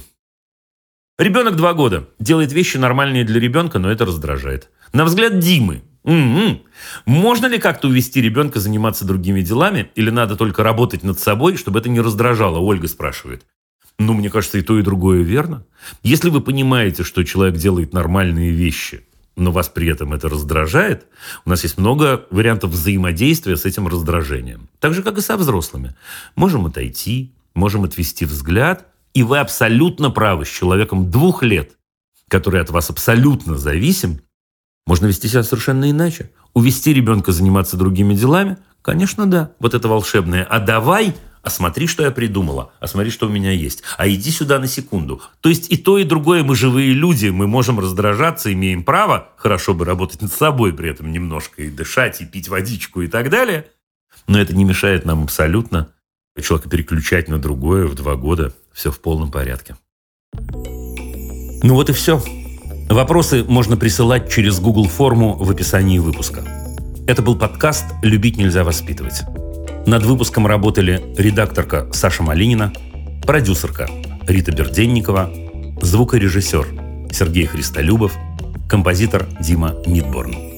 [SPEAKER 2] Ребенок два года. Делает вещи нормальные для ребенка, но это раздражает. На взгляд Димы. М-м-м. Можно ли как-то увести ребенка заниматься другими делами, или надо только работать над собой, чтобы это не раздражало? Ольга спрашивает. Ну, мне кажется, и то, и другое верно. Если вы понимаете, что человек делает нормальные вещи, но вас при этом это раздражает, у нас есть много вариантов взаимодействия с этим раздражением. Так же, как и со взрослыми. Можем отойти, можем отвести взгляд, и вы абсолютно правы, с человеком двух лет, который от вас абсолютно зависим, можно вести себя совершенно иначе. Увести ребенка заниматься другими делами? Конечно, да. Вот это волшебное. А давай... А смотри, что я придумала, а смотри, что у меня есть. А иди сюда на секунду. То есть и то, и другое, мы живые люди, мы можем раздражаться, имеем право, хорошо бы работать над собой при этом немножко, и дышать, и пить водичку, и так далее. Но это не мешает нам абсолютно человека переключать на другое в два года. Все в полном порядке. Ну вот и все. Вопросы можно присылать через Google форму в описании выпуска. Это был подкаст «Любить нельзя воспитывать». Над выпуском работали редакторка Саша Малинина, продюсерка Рита Берденникова, звукорежиссер Сергей Христолюбов, композитор Дима Мидборн.